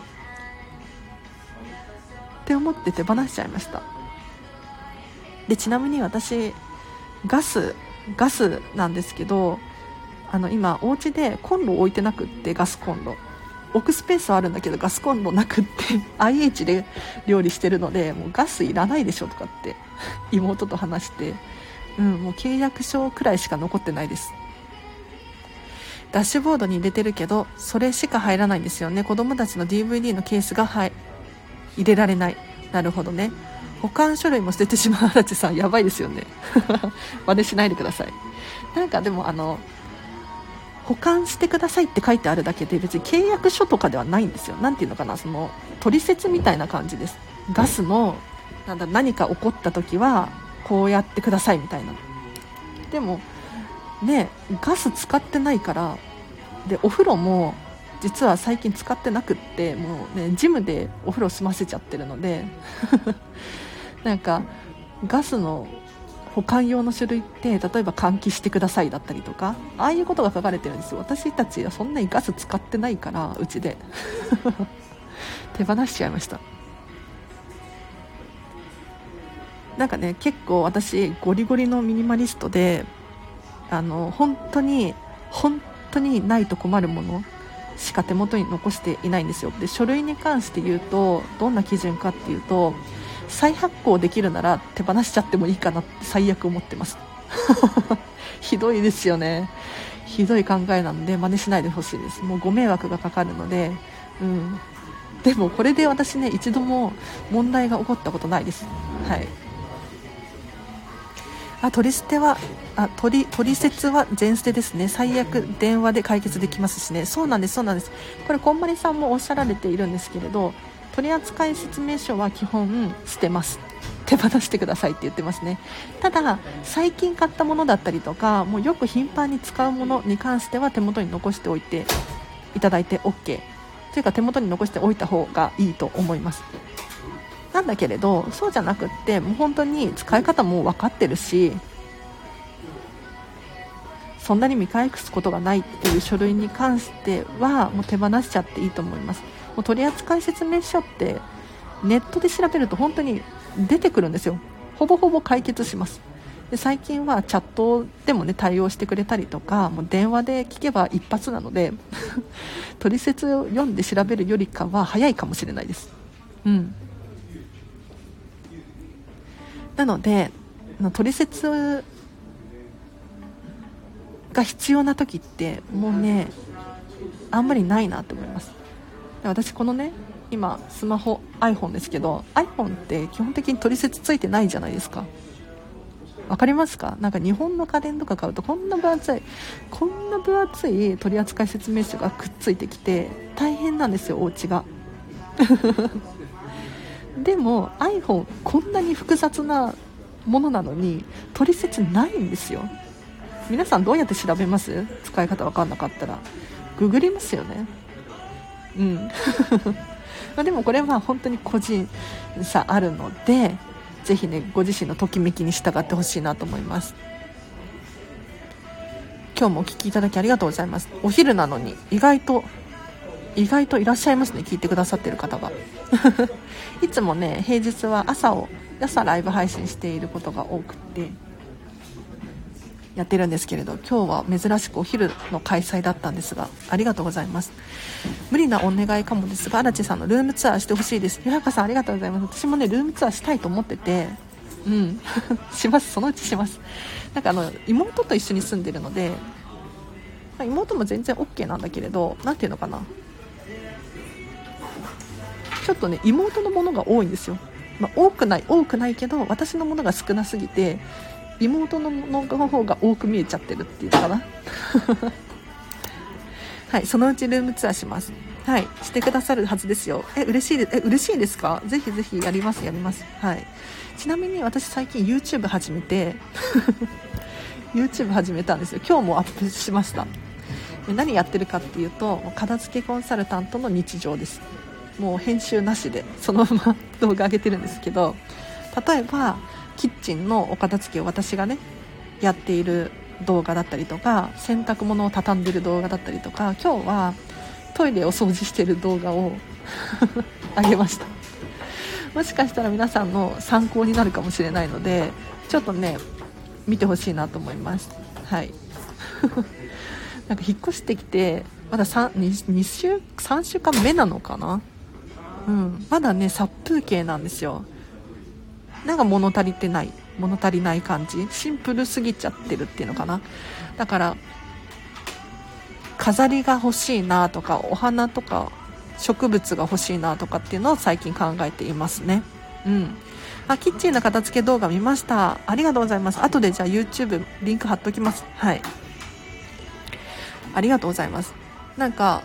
って思って手放しちゃいました。で、ちなみに私ガスガスなんですけど、あの今お家でコンロ置いてなくって、ガスコンロ置くスペースはあるんだけどガスコンロなくってアイエイチ で料理してるので、もうガスいらないでしょとかって妹と話して、うん、もう契約書くらいしか残ってないです。ダッシュボードに入れてるけどそれしか入らないんですよね。子供たちの ディーブイディー のケースが、はい、入れられない。なるほどね。保管書類も捨ててしまう荒地さん、やばいですよね真似しないでください。なんかでもあの保管してくださいって書いてあるだけで別に契約書とかではないんですよ。なんていうのかな、その取説みたいな感じです。ガスのなんだ、何か起こった時はこうやってくださいみたいな。でもね、ガス使ってないから、でお風呂も実は最近使ってなくって、もうねジムでお風呂済ませちゃってるのでなんかガスの保管用の種類って例えば換気してくださいだったりとか、ああいうことが書かれてるんですよ。私たちはそんなにガス使ってないからうちで手放しちゃいました。 なんかね、結構私ゴリゴリのミニマリストで、あの本当に本当にないと困るものしか手元に残していないんですよ。で、書類に関して言うとどんな基準かっていうと、再発行できるなら手放しちゃってもいいかなって最悪思ってますひどいですよね。ひどい考えなんで真似しないでほしいです。もうご迷惑がかかるので、うん、でもこれで私ね、一度も問題が起こったことないです。はい。あ、取り捨てはあ取り取説は全捨てですね。最悪電話で解決できますしね。そうなんです、そうなんです。これこんまりさんもおっしゃられているんですけれど、取扱説明書は基本捨てます。手放してくださいって言ってますね。ただ最近買ったものだったりとか、もうよく頻繁に使うものに関しては手元に残しておいていただいて OK というか、手元に残しておいた方がいいと思います。なんだけれど、そうじゃなくって、もう本当に使い方も分かってるし、そんなに見返すことがないっていう書類に関してはもう手放しちゃっていいと思います。もう取扱説明書ってネットで調べると本当に出てくるんですよ。ほぼほぼ解決します。で、最近はチャットでもね対応してくれたりとか、もう電話で聞けば一発なので取説を読んで調べるよりかは早いかもしれないです。うん。なので取説が必要な時ってもうね、あんまりないなと思います。私このね、今スマホ iPhone ですけど、 iPhone って基本的に取説ついてないじゃないですか。わかりますか？なんか日本の家電とか買うとこんな分厚いこんな分厚い取扱説明書がくっついてきて大変なんですよ、お家がでも iPhone こんなに複雑なものなのに取説ないんですよ。皆さんどうやって調べます？使い方分かんなかったらググりますよね。うんまあでもこれは本当に個人差あるので、ぜひねご自身のときめきに従ってほしいなと思います。今日もお聞きいただきありがとうございます。お昼なのに意外と意外といらっしゃいますね、聞いてくださってる方がいつもね平日は朝を朝ライブ配信していることが多くてやってるんですけれど、今日は珍しくお昼の開催だったんですが、ありがとうございます。無理なお願いかもですが、荒地さんのルームツアーしてほしいです。ゆらかさんありがとうございます。私もねルームツアーしたいと思ってて、うんします、そのうちします。なんかあの妹と一緒に住んでるので、妹も全然 OK なんだけれど、なんていうのかな、ちょっとね妹のものが多いんですよ。まあ、多くない多くないけど私のものが少なすぎて妹のものの方が多く見えちゃってるっていうのかなはい、そのうちルームツアーします。はい、してくださるはずですよ。え、嬉しいで、え、嬉しいですか？ぜひぜひやりますやります。はい。ちなみに私最近 YouTube 始めてYouTube 始めたんですよ。今日もアップしました。何やってるかっていうと、片付けコンサルタントの日常です。もう編集なしでそのまま動画上げてるんですけど、例えばキッチンのお片付けを私がねやっている動画だったりとか、洗濯物を畳んでる動画だったりとか、今日はトイレを掃除してる動画を上げました。もしかしたら皆さんの参考になるかもしれないので、ちょっとね見てほしいなと思います。はいなんか引っ越してきてまだ 3, 2週さんしゅうかんめなのかな、うん、まだね殺風景なんですよ。なんか物足りてない物足りない感じ、シンプルすぎちゃってるっていうのかな。だから飾りが欲しいなとか、お花とか植物が欲しいなとかっていうのを最近考えていますね。うん。あ、キッチンの片付け動画見ました。ありがとうございます。後でじゃあ YouTube リンク貼っときます。はい。ありがとうございます。なんか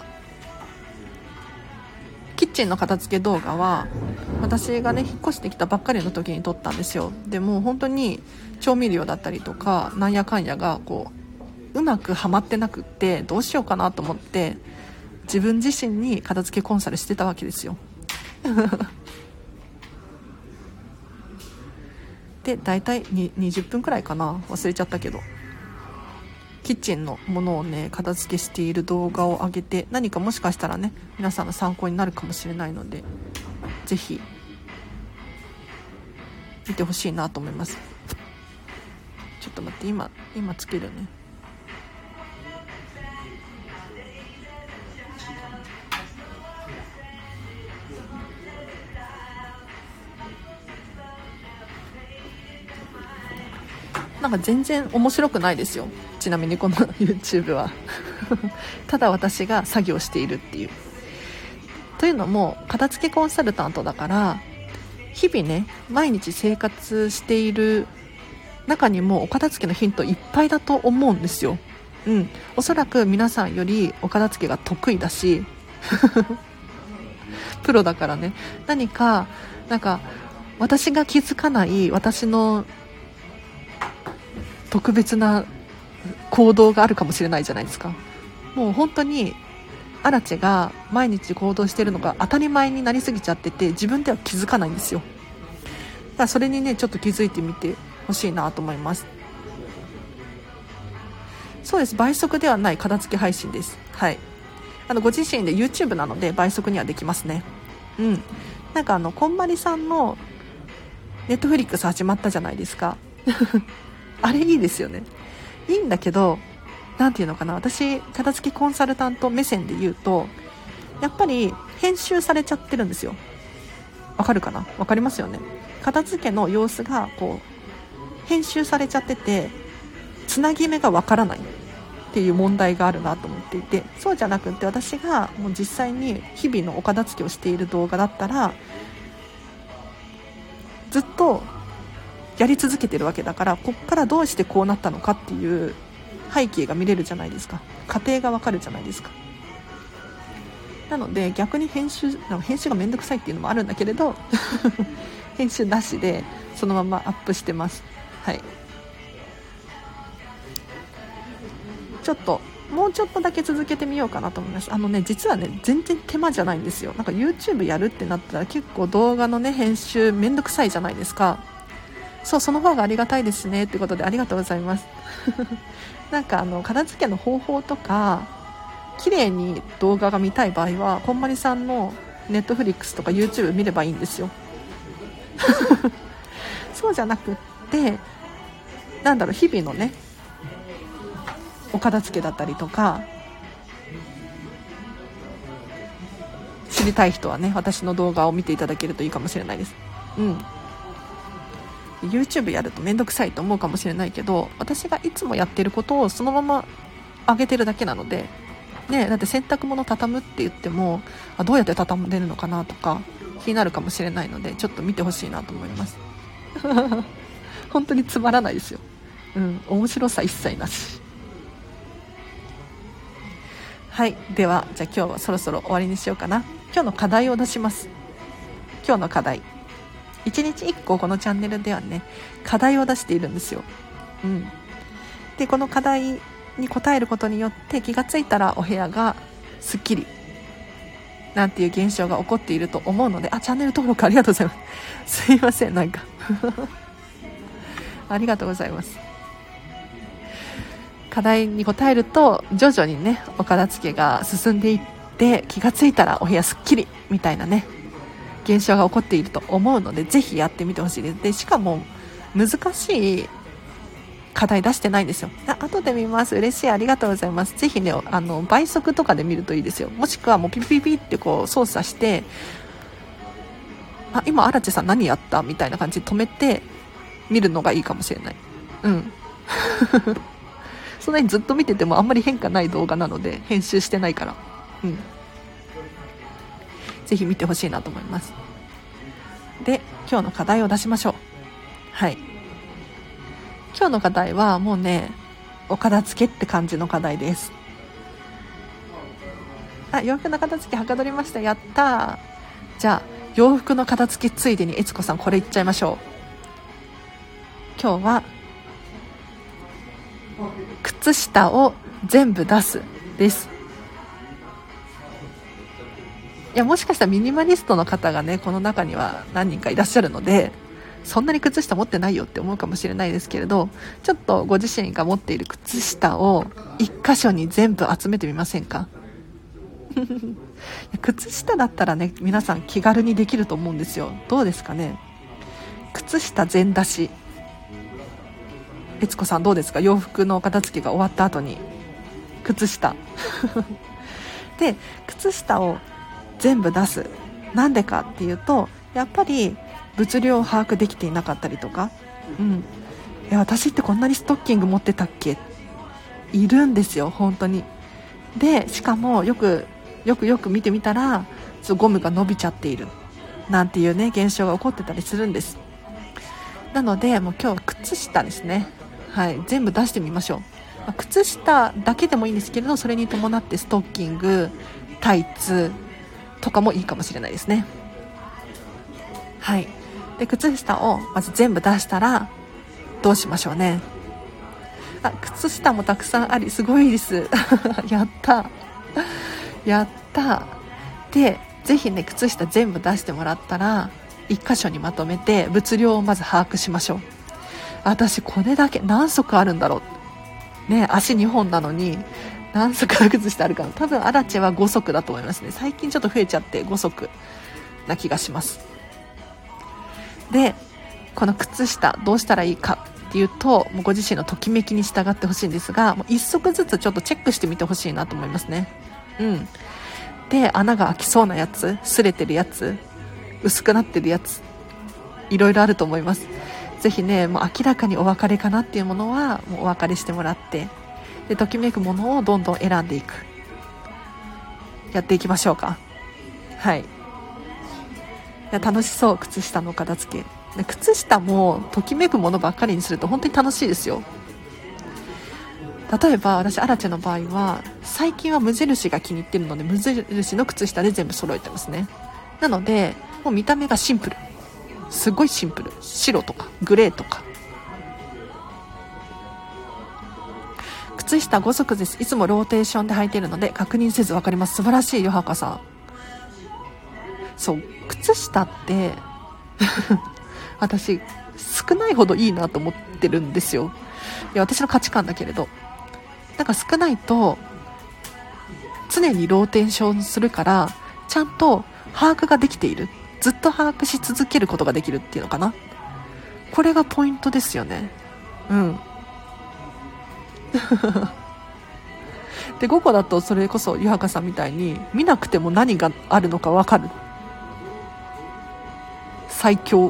キッチンの片付け動画は私がね引っ越してきたばっかりの時に撮ったんですよ。でも本当に調味料だったりとかなんやかんやがこううまくはまってなくって、どうしようかなと思って自分自身に片付けコンサルしてたわけですよでだいたいにじゅっぷんくらいかな、忘れちゃったけど、キッチンのものをね片付けしている動画を上げて、何かもしかしたらね皆さんの参考になるかもしれないので、ぜひ見てほしいなと思います。ちょっと待って、今今つけるね。なんか全然面白くないですよ、ちなみにこの YouTube はただ私が作業しているっていう。というのも片付けコンサルタントだから日々ね毎日生活している中にもお片付けのヒントいっぱいだと思うんですよ。うん、おそらく皆さんよりお片付けが得意だしプロだからね、何かなんか私が気づかない私の特別な行動があるかもしれないじゃないですか。もう本当にアラチェが毎日行動しているのが当たり前になりすぎちゃってて自分では気づかないんですよ。だからそれにねちょっと気づいてみてほしいなと思います。そうです、倍速ではない片付け配信です。はい、あのご自身で YouTube なので倍速にはできますね。うん、なんかあのこんまりさんの Netflix 始まったじゃないですかあれいいですよね。いいんだけどなんていうのかな、私片付けコンサルタント目線で言うとやっぱり編集されちゃってるんですよ。わかるかな、わかりますよね。片付けの様子がこう編集されちゃっててつなぎ目がわからないっていう問題があるなと思っていて、そうじゃなくって私がもう実際に日々のお片付けをしている動画だったらずっとやり続けてるわけだから、こっからどうしてこうなったのかっていう背景が見れるじゃないですか。過程がわかるじゃないですか。なので逆に編集編集がめんどくさいっていうのもあるんだけれど編集なしでそのままアップしてます。はい、ちょっともうちょっとだけ続けてみようかなと思います。あのね実はね全然手間じゃないんですよ。なんか YouTube やるってなったら結構動画のね編集めんどくさいじゃないですか。そう、その方がありがたいですねってことでありがとうございますなんかあの片付けの方法とか綺麗に動画が見たい場合はこんまりさんの Netflix とか YouTube 見ればいいんですよそうじゃなくってなんだろう、日々のねお片付けだったりとか知りたい人はね私の動画を見ていただけるといいかもしれないです。うん、YouTube やるとめんどくさいと思うかもしれないけど私がいつもやってることをそのまま上げてるだけなので、ね、だって洗濯物畳むって言ってもあどうやって畳んでるのかなとか気になるかもしれないのでちょっと見てほしいなと思います本当につまらないですよ。うん、面白さ一切なし。はい、ではじゃあ今日はそろそろ終わりにしようかな。今日の課題を出します。今日の課題いちにちいっここのチャンネルではね課題を出しているんですよ。うん、でこの課題に答えることによって気がついたらお部屋がすっきりなんていう現象が起こっていると思うので、あチャンネル登録ありがとうございますすいませんなんかありがとうございます。課題に答えると徐々にねお片付けが進んでいって気がついたらお部屋すっきりみたいなね現象が起こっていると思うのでぜひやってみてほしいです。でしかも難しい課題出してないんですよ。あ後で見ます、嬉しい、ありがとうございます。ぜひねあの倍速とかで見るといいですよ。もしくはもうピピピピってこう操作してあ今荒地さん何やったみたいな感じで止めて見るのがいいかもしれない。うんそんなにずっと見ててもあんまり変化ない動画なので編集してないから、うん、ぜひ見てほしいなと思います。で今日の課題を出しましょう。はい、今日の課題はもうねお片付けって感じの課題です。あ洋服の片付けはかどりました、やったー。じゃあ洋服の片付けついでに悦子さんこれいっちゃいましょう。今日は靴下を全部出すです。いやもしかしたらミニマリストの方がねこの中には何人かいらっしゃるのでそんなに靴下持ってないよって思うかもしれないですけれど、ちょっとご自身が持っている靴下を一箇所に全部集めてみませんか靴下だったらね皆さん気軽にできると思うんですよ。どうですかね。 靴下全出し。悦子さんどうですか？洋服の片付けが終わった後に靴下で靴下を全部出す。なんでかっていうと、やっぱり物量を把握できていなかったりとか、うん、いや私ってこんなにストッキング持ってたっけ、いるんですよ本当に。でしかもよくよくよく見てみたらゴムが伸びちゃっているなんていうね現象が起こってたりするんです。なのでもう今日は靴下ですね、はい、全部出してみましょう。まあ、靴下だけでもいいんですけれど、それに伴ってストッキング、タイツとかもいいかもしれないですね。はい。で靴下をまず全部出したらどうしましょうね。あ、靴下もたくさんありすごいですやったやったで、ぜひね靴下全部出してもらったら一箇所にまとめて物量をまず把握しましょう。私これだけ何足あるんだろうね、足にほんなのに何足の靴下あるかな。多分アラチェはご足だと思いますね。最近ちょっと増えちゃってご足な気がします。でこの靴下どうしたらいいかっていうと、もうご自身のときめきに従ってほしいんですが、もう一足ずつちょっとチェックしてみてほしいなと思いますね。うんで穴が開きそうなやつ、擦れてるやつ、薄くなってるやつ、いろいろあると思います。ぜひねもう明らかにお別れかなっていうものはもうお別れしてもらって、でときめくものをどんどん選んでいく、やっていきましょうか。はい、いや楽しそう。靴下の片付けで、靴下もときめくものばっかりにすると本当に楽しいですよ。例えば私アラチェの場合は最近は無印が気に入ってるので、無印の靴下で全部揃えてますね。なのでもう見た目がシンプル、すごいシンプル、白とかグレーとか。靴下ご足です。いつもローテーションで履いているので確認せず分かります。素晴らしいよはかさん。そう靴下って私少ないほどいいなと思ってるんですよ。いや私の価値観だけれど、なんか少ないと常にローテーションするからちゃんと把握ができている、ずっと把握し続けることができるっていうのかな。これがポイントですよね。うんでごこだとそれこそゆはかさんみたいに見なくても何があるのか分かる、最強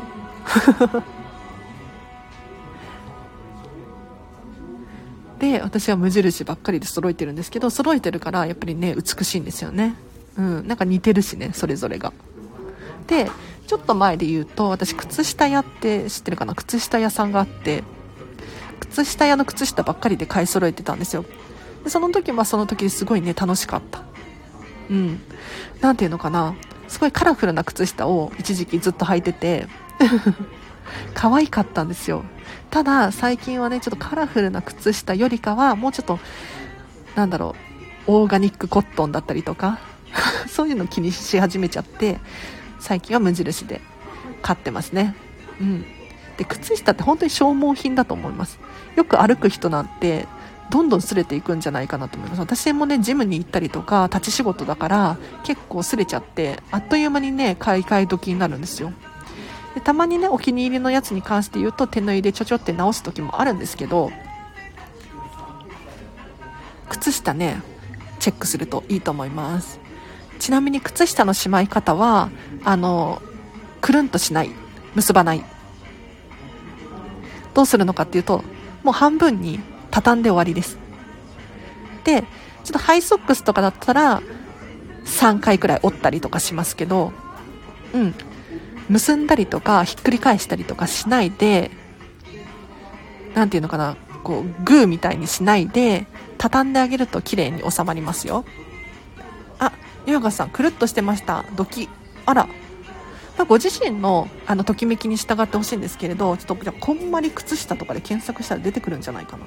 で私は無印ばっかりで揃えてるんですけど、揃えてるからやっぱりね美しいんですよね。うんなんか似てるしね、それぞれが。でちょっと前で言うと私靴下屋って知ってるかな、靴下屋さんがあって、靴下屋の靴下ばっかりで買い揃えてたんですよ。でその時はその時ですごいね楽しかった。うんなんていうのかな、すごいカラフルな靴下を一時期ずっと履いてて可愛かったんですよ。ただ最近はねちょっとカラフルな靴下よりかはもうちょっとなんだろう、オーガニックコットンだったりとかそういうの気にし始めちゃって、最近は無印で買ってますね。うんで靴下って本当に消耗品だと思います。よく歩く人なんてどんどん擦れていくんじゃないかなと思います。私もねジムに行ったりとか立ち仕事だから結構擦れちゃって、あっという間にね買い替え時になるんですよ。でたまにねお気に入りのやつに関して言うと手縫いでちょちょって直す時もあるんですけど、靴下ねチェックするといいと思います。ちなみに靴下のしまい方はあのくるんとしない、結ばない。どうするのかっていうともう半分に畳んで終わりです。でちょっとハイソックスとかだったらさんかいくらい折ったりとかしますけど、うん結んだりとかひっくり返したりとかしないで、なんていうのかな、こうグーみたいにしないで畳んであげると綺麗に収まりますよ。あ、ゆうがさんくるっとしてました。ドキ。あら、まあ、ご自身のあのときめきに従ってほしいんですけれど、ちょっとじゃあこんまり靴下とかで検索したら出てくるんじゃないかな。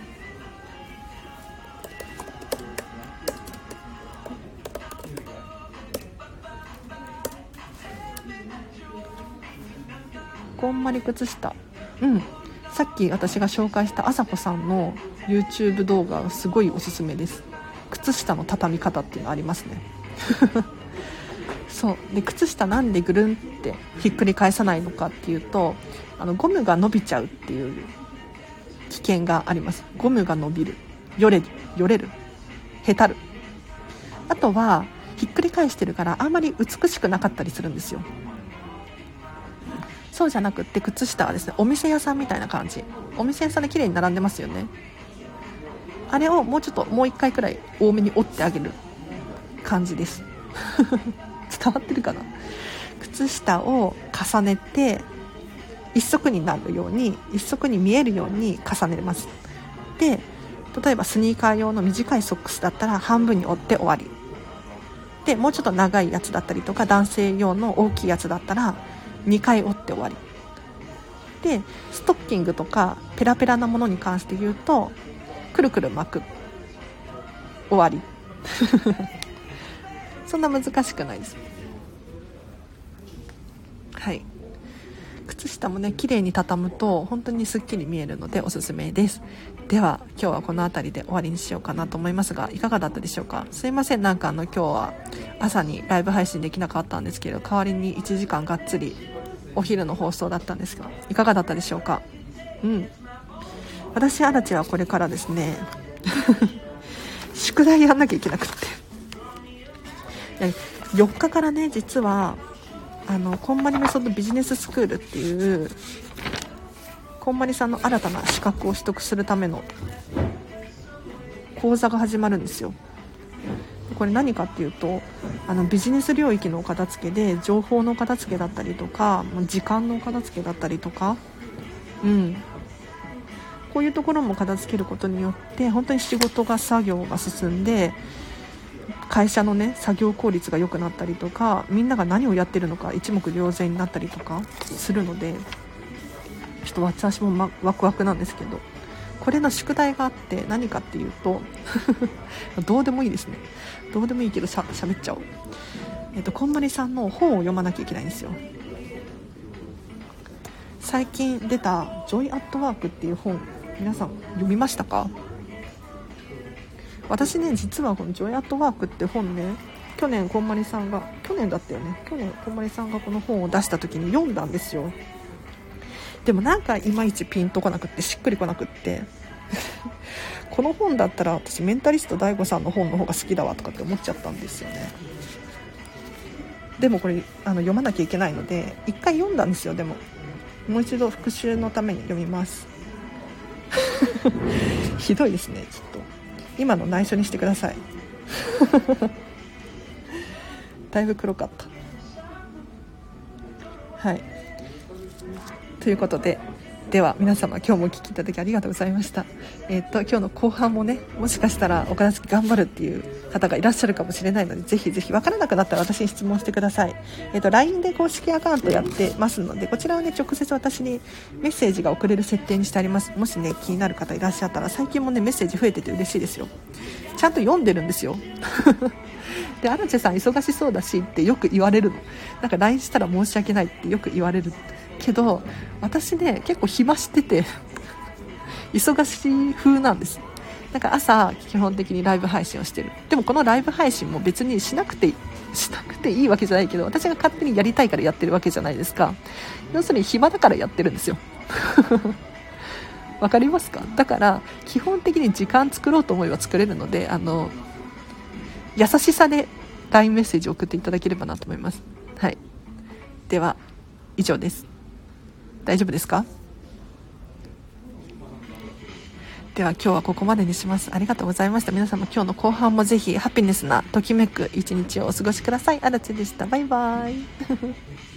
こんまり靴下、うんさっき私が紹介したあさこさんの YouTube 動画がすごいおすすめです。靴下の畳み方っていうのありますねそうで靴下なんでぐるんってひっくり返さないのかっていうと、あのゴムが伸びちゃうっていう危険があります。ゴムが伸びる、よれるよれるへたる、あとはひっくり返してるからあんまり美しくなかったりするんですよ。そうじゃなくって靴下はですね、お店屋さんみたいな感じ、お店屋さんで綺麗に並んでますよね。あれをもうちょっともう一回くらい多めに折ってあげる感じです伝わってるかな。靴下を重ねて一足になるように、一足に見えるように重ねます。で、例えばスニーカー用の短いソックスだったら半分に折って終わりで、もうちょっと長いやつだったりとか男性用の大きいやつだったらにかい折って終わりで、ストッキングとかペラペラなものに関して言うとくるくる巻く、終わりそんな難しくないです。はい、靴下もね綺麗に畳むと本当にすっきり見えるのでおすすめです。では今日はこの辺りで終わりにしようかなと思いますが、いかがだったでしょうか。すいません、なんかあの今日は朝にライブ配信できなかったんですけど、代わりにいちじかんがっつりお昼の放送だったんですが、いかがだったでしょうか。うん私アラチはこれからですね宿題やんなきゃいけなくってよっかからね、実はあのこんまりメソッドビジネススクールっていうこんまりさんの新たな資格を取得するための講座が始まるんですよ。これ何かっていうと、あのビジネス領域のお片付けで情報のお片付けだったりとか時間のお片付けだったりとか、うんこういうところも片付けることによって本当に仕事が作業が進んで会社のね作業効率が良くなったりとか、みんなが何をやってるのか一目瞭然になったりとかするので、ちょっと私も、ま、ワクワクなんですけど、これの宿題があって何かっていうとどうでもいいですね、どうでもいいけどしゃ喋っちゃおう。えっとこんまりさんの本を読まなきゃいけないんですよ。最近出たジョイアットワークっていう本、皆さん読みましたか。私ね実はこのジョイアットワークって本ね、去年こんまりさんが去年だったよね去年こんまりさんがこの本を出した時に読んだんですよ。でもなんかいまいちピンとこなくってしっくりこなくってこの本だったら私メンタリスト ダイゴ さんの本の方が好きだわとかって思っちゃったんですよね。でもこれあの読まなきゃいけないので一回読んだんですよ。でももう一度復習のために読みますひどいですね。ちょっと今の内緒にしてくださいだいぶ黒かった。はいということで、では皆様今日もお聞きいただきありがとうございました。えー、っと今日の後半もね、もしかしたらお片付け頑張るっていう方がいらっしゃるかもしれないので、ぜひぜひ分からなくなったら私に質問してください。えー、っと ライン で公式アカウントやってますので、こちらはね直接私にメッセージが送れる設定にしてあります。もしね気になる方いらっしゃったら、最近もねメッセージ増えてて嬉しいですよ。ちゃんと読んでるんですよで、アラチェさん忙しそうだしってよく言われるの。なんか ライン したら申し訳ないってよく言われるけど、私ね結構暇してて忙しい風なんです。なんか朝基本的にライブ配信をしてる。でもこのライブ配信も別にしなくてしなくていいわけじゃないけど、私が勝手にやりたいからやってるわけじゃないですか。要するに暇だからやってるんですよわかりますか。だから基本的に時間作ろうと思えば作れるので、あの優しさで ライン メッセージを送っていただければなと思います。はい、では以上です。大丈夫ですか。では今日はここまでにします。ありがとうございました。皆様今日の後半もぜひハピネスなときめく一日をお過ごしください。あらちでした。バイバイ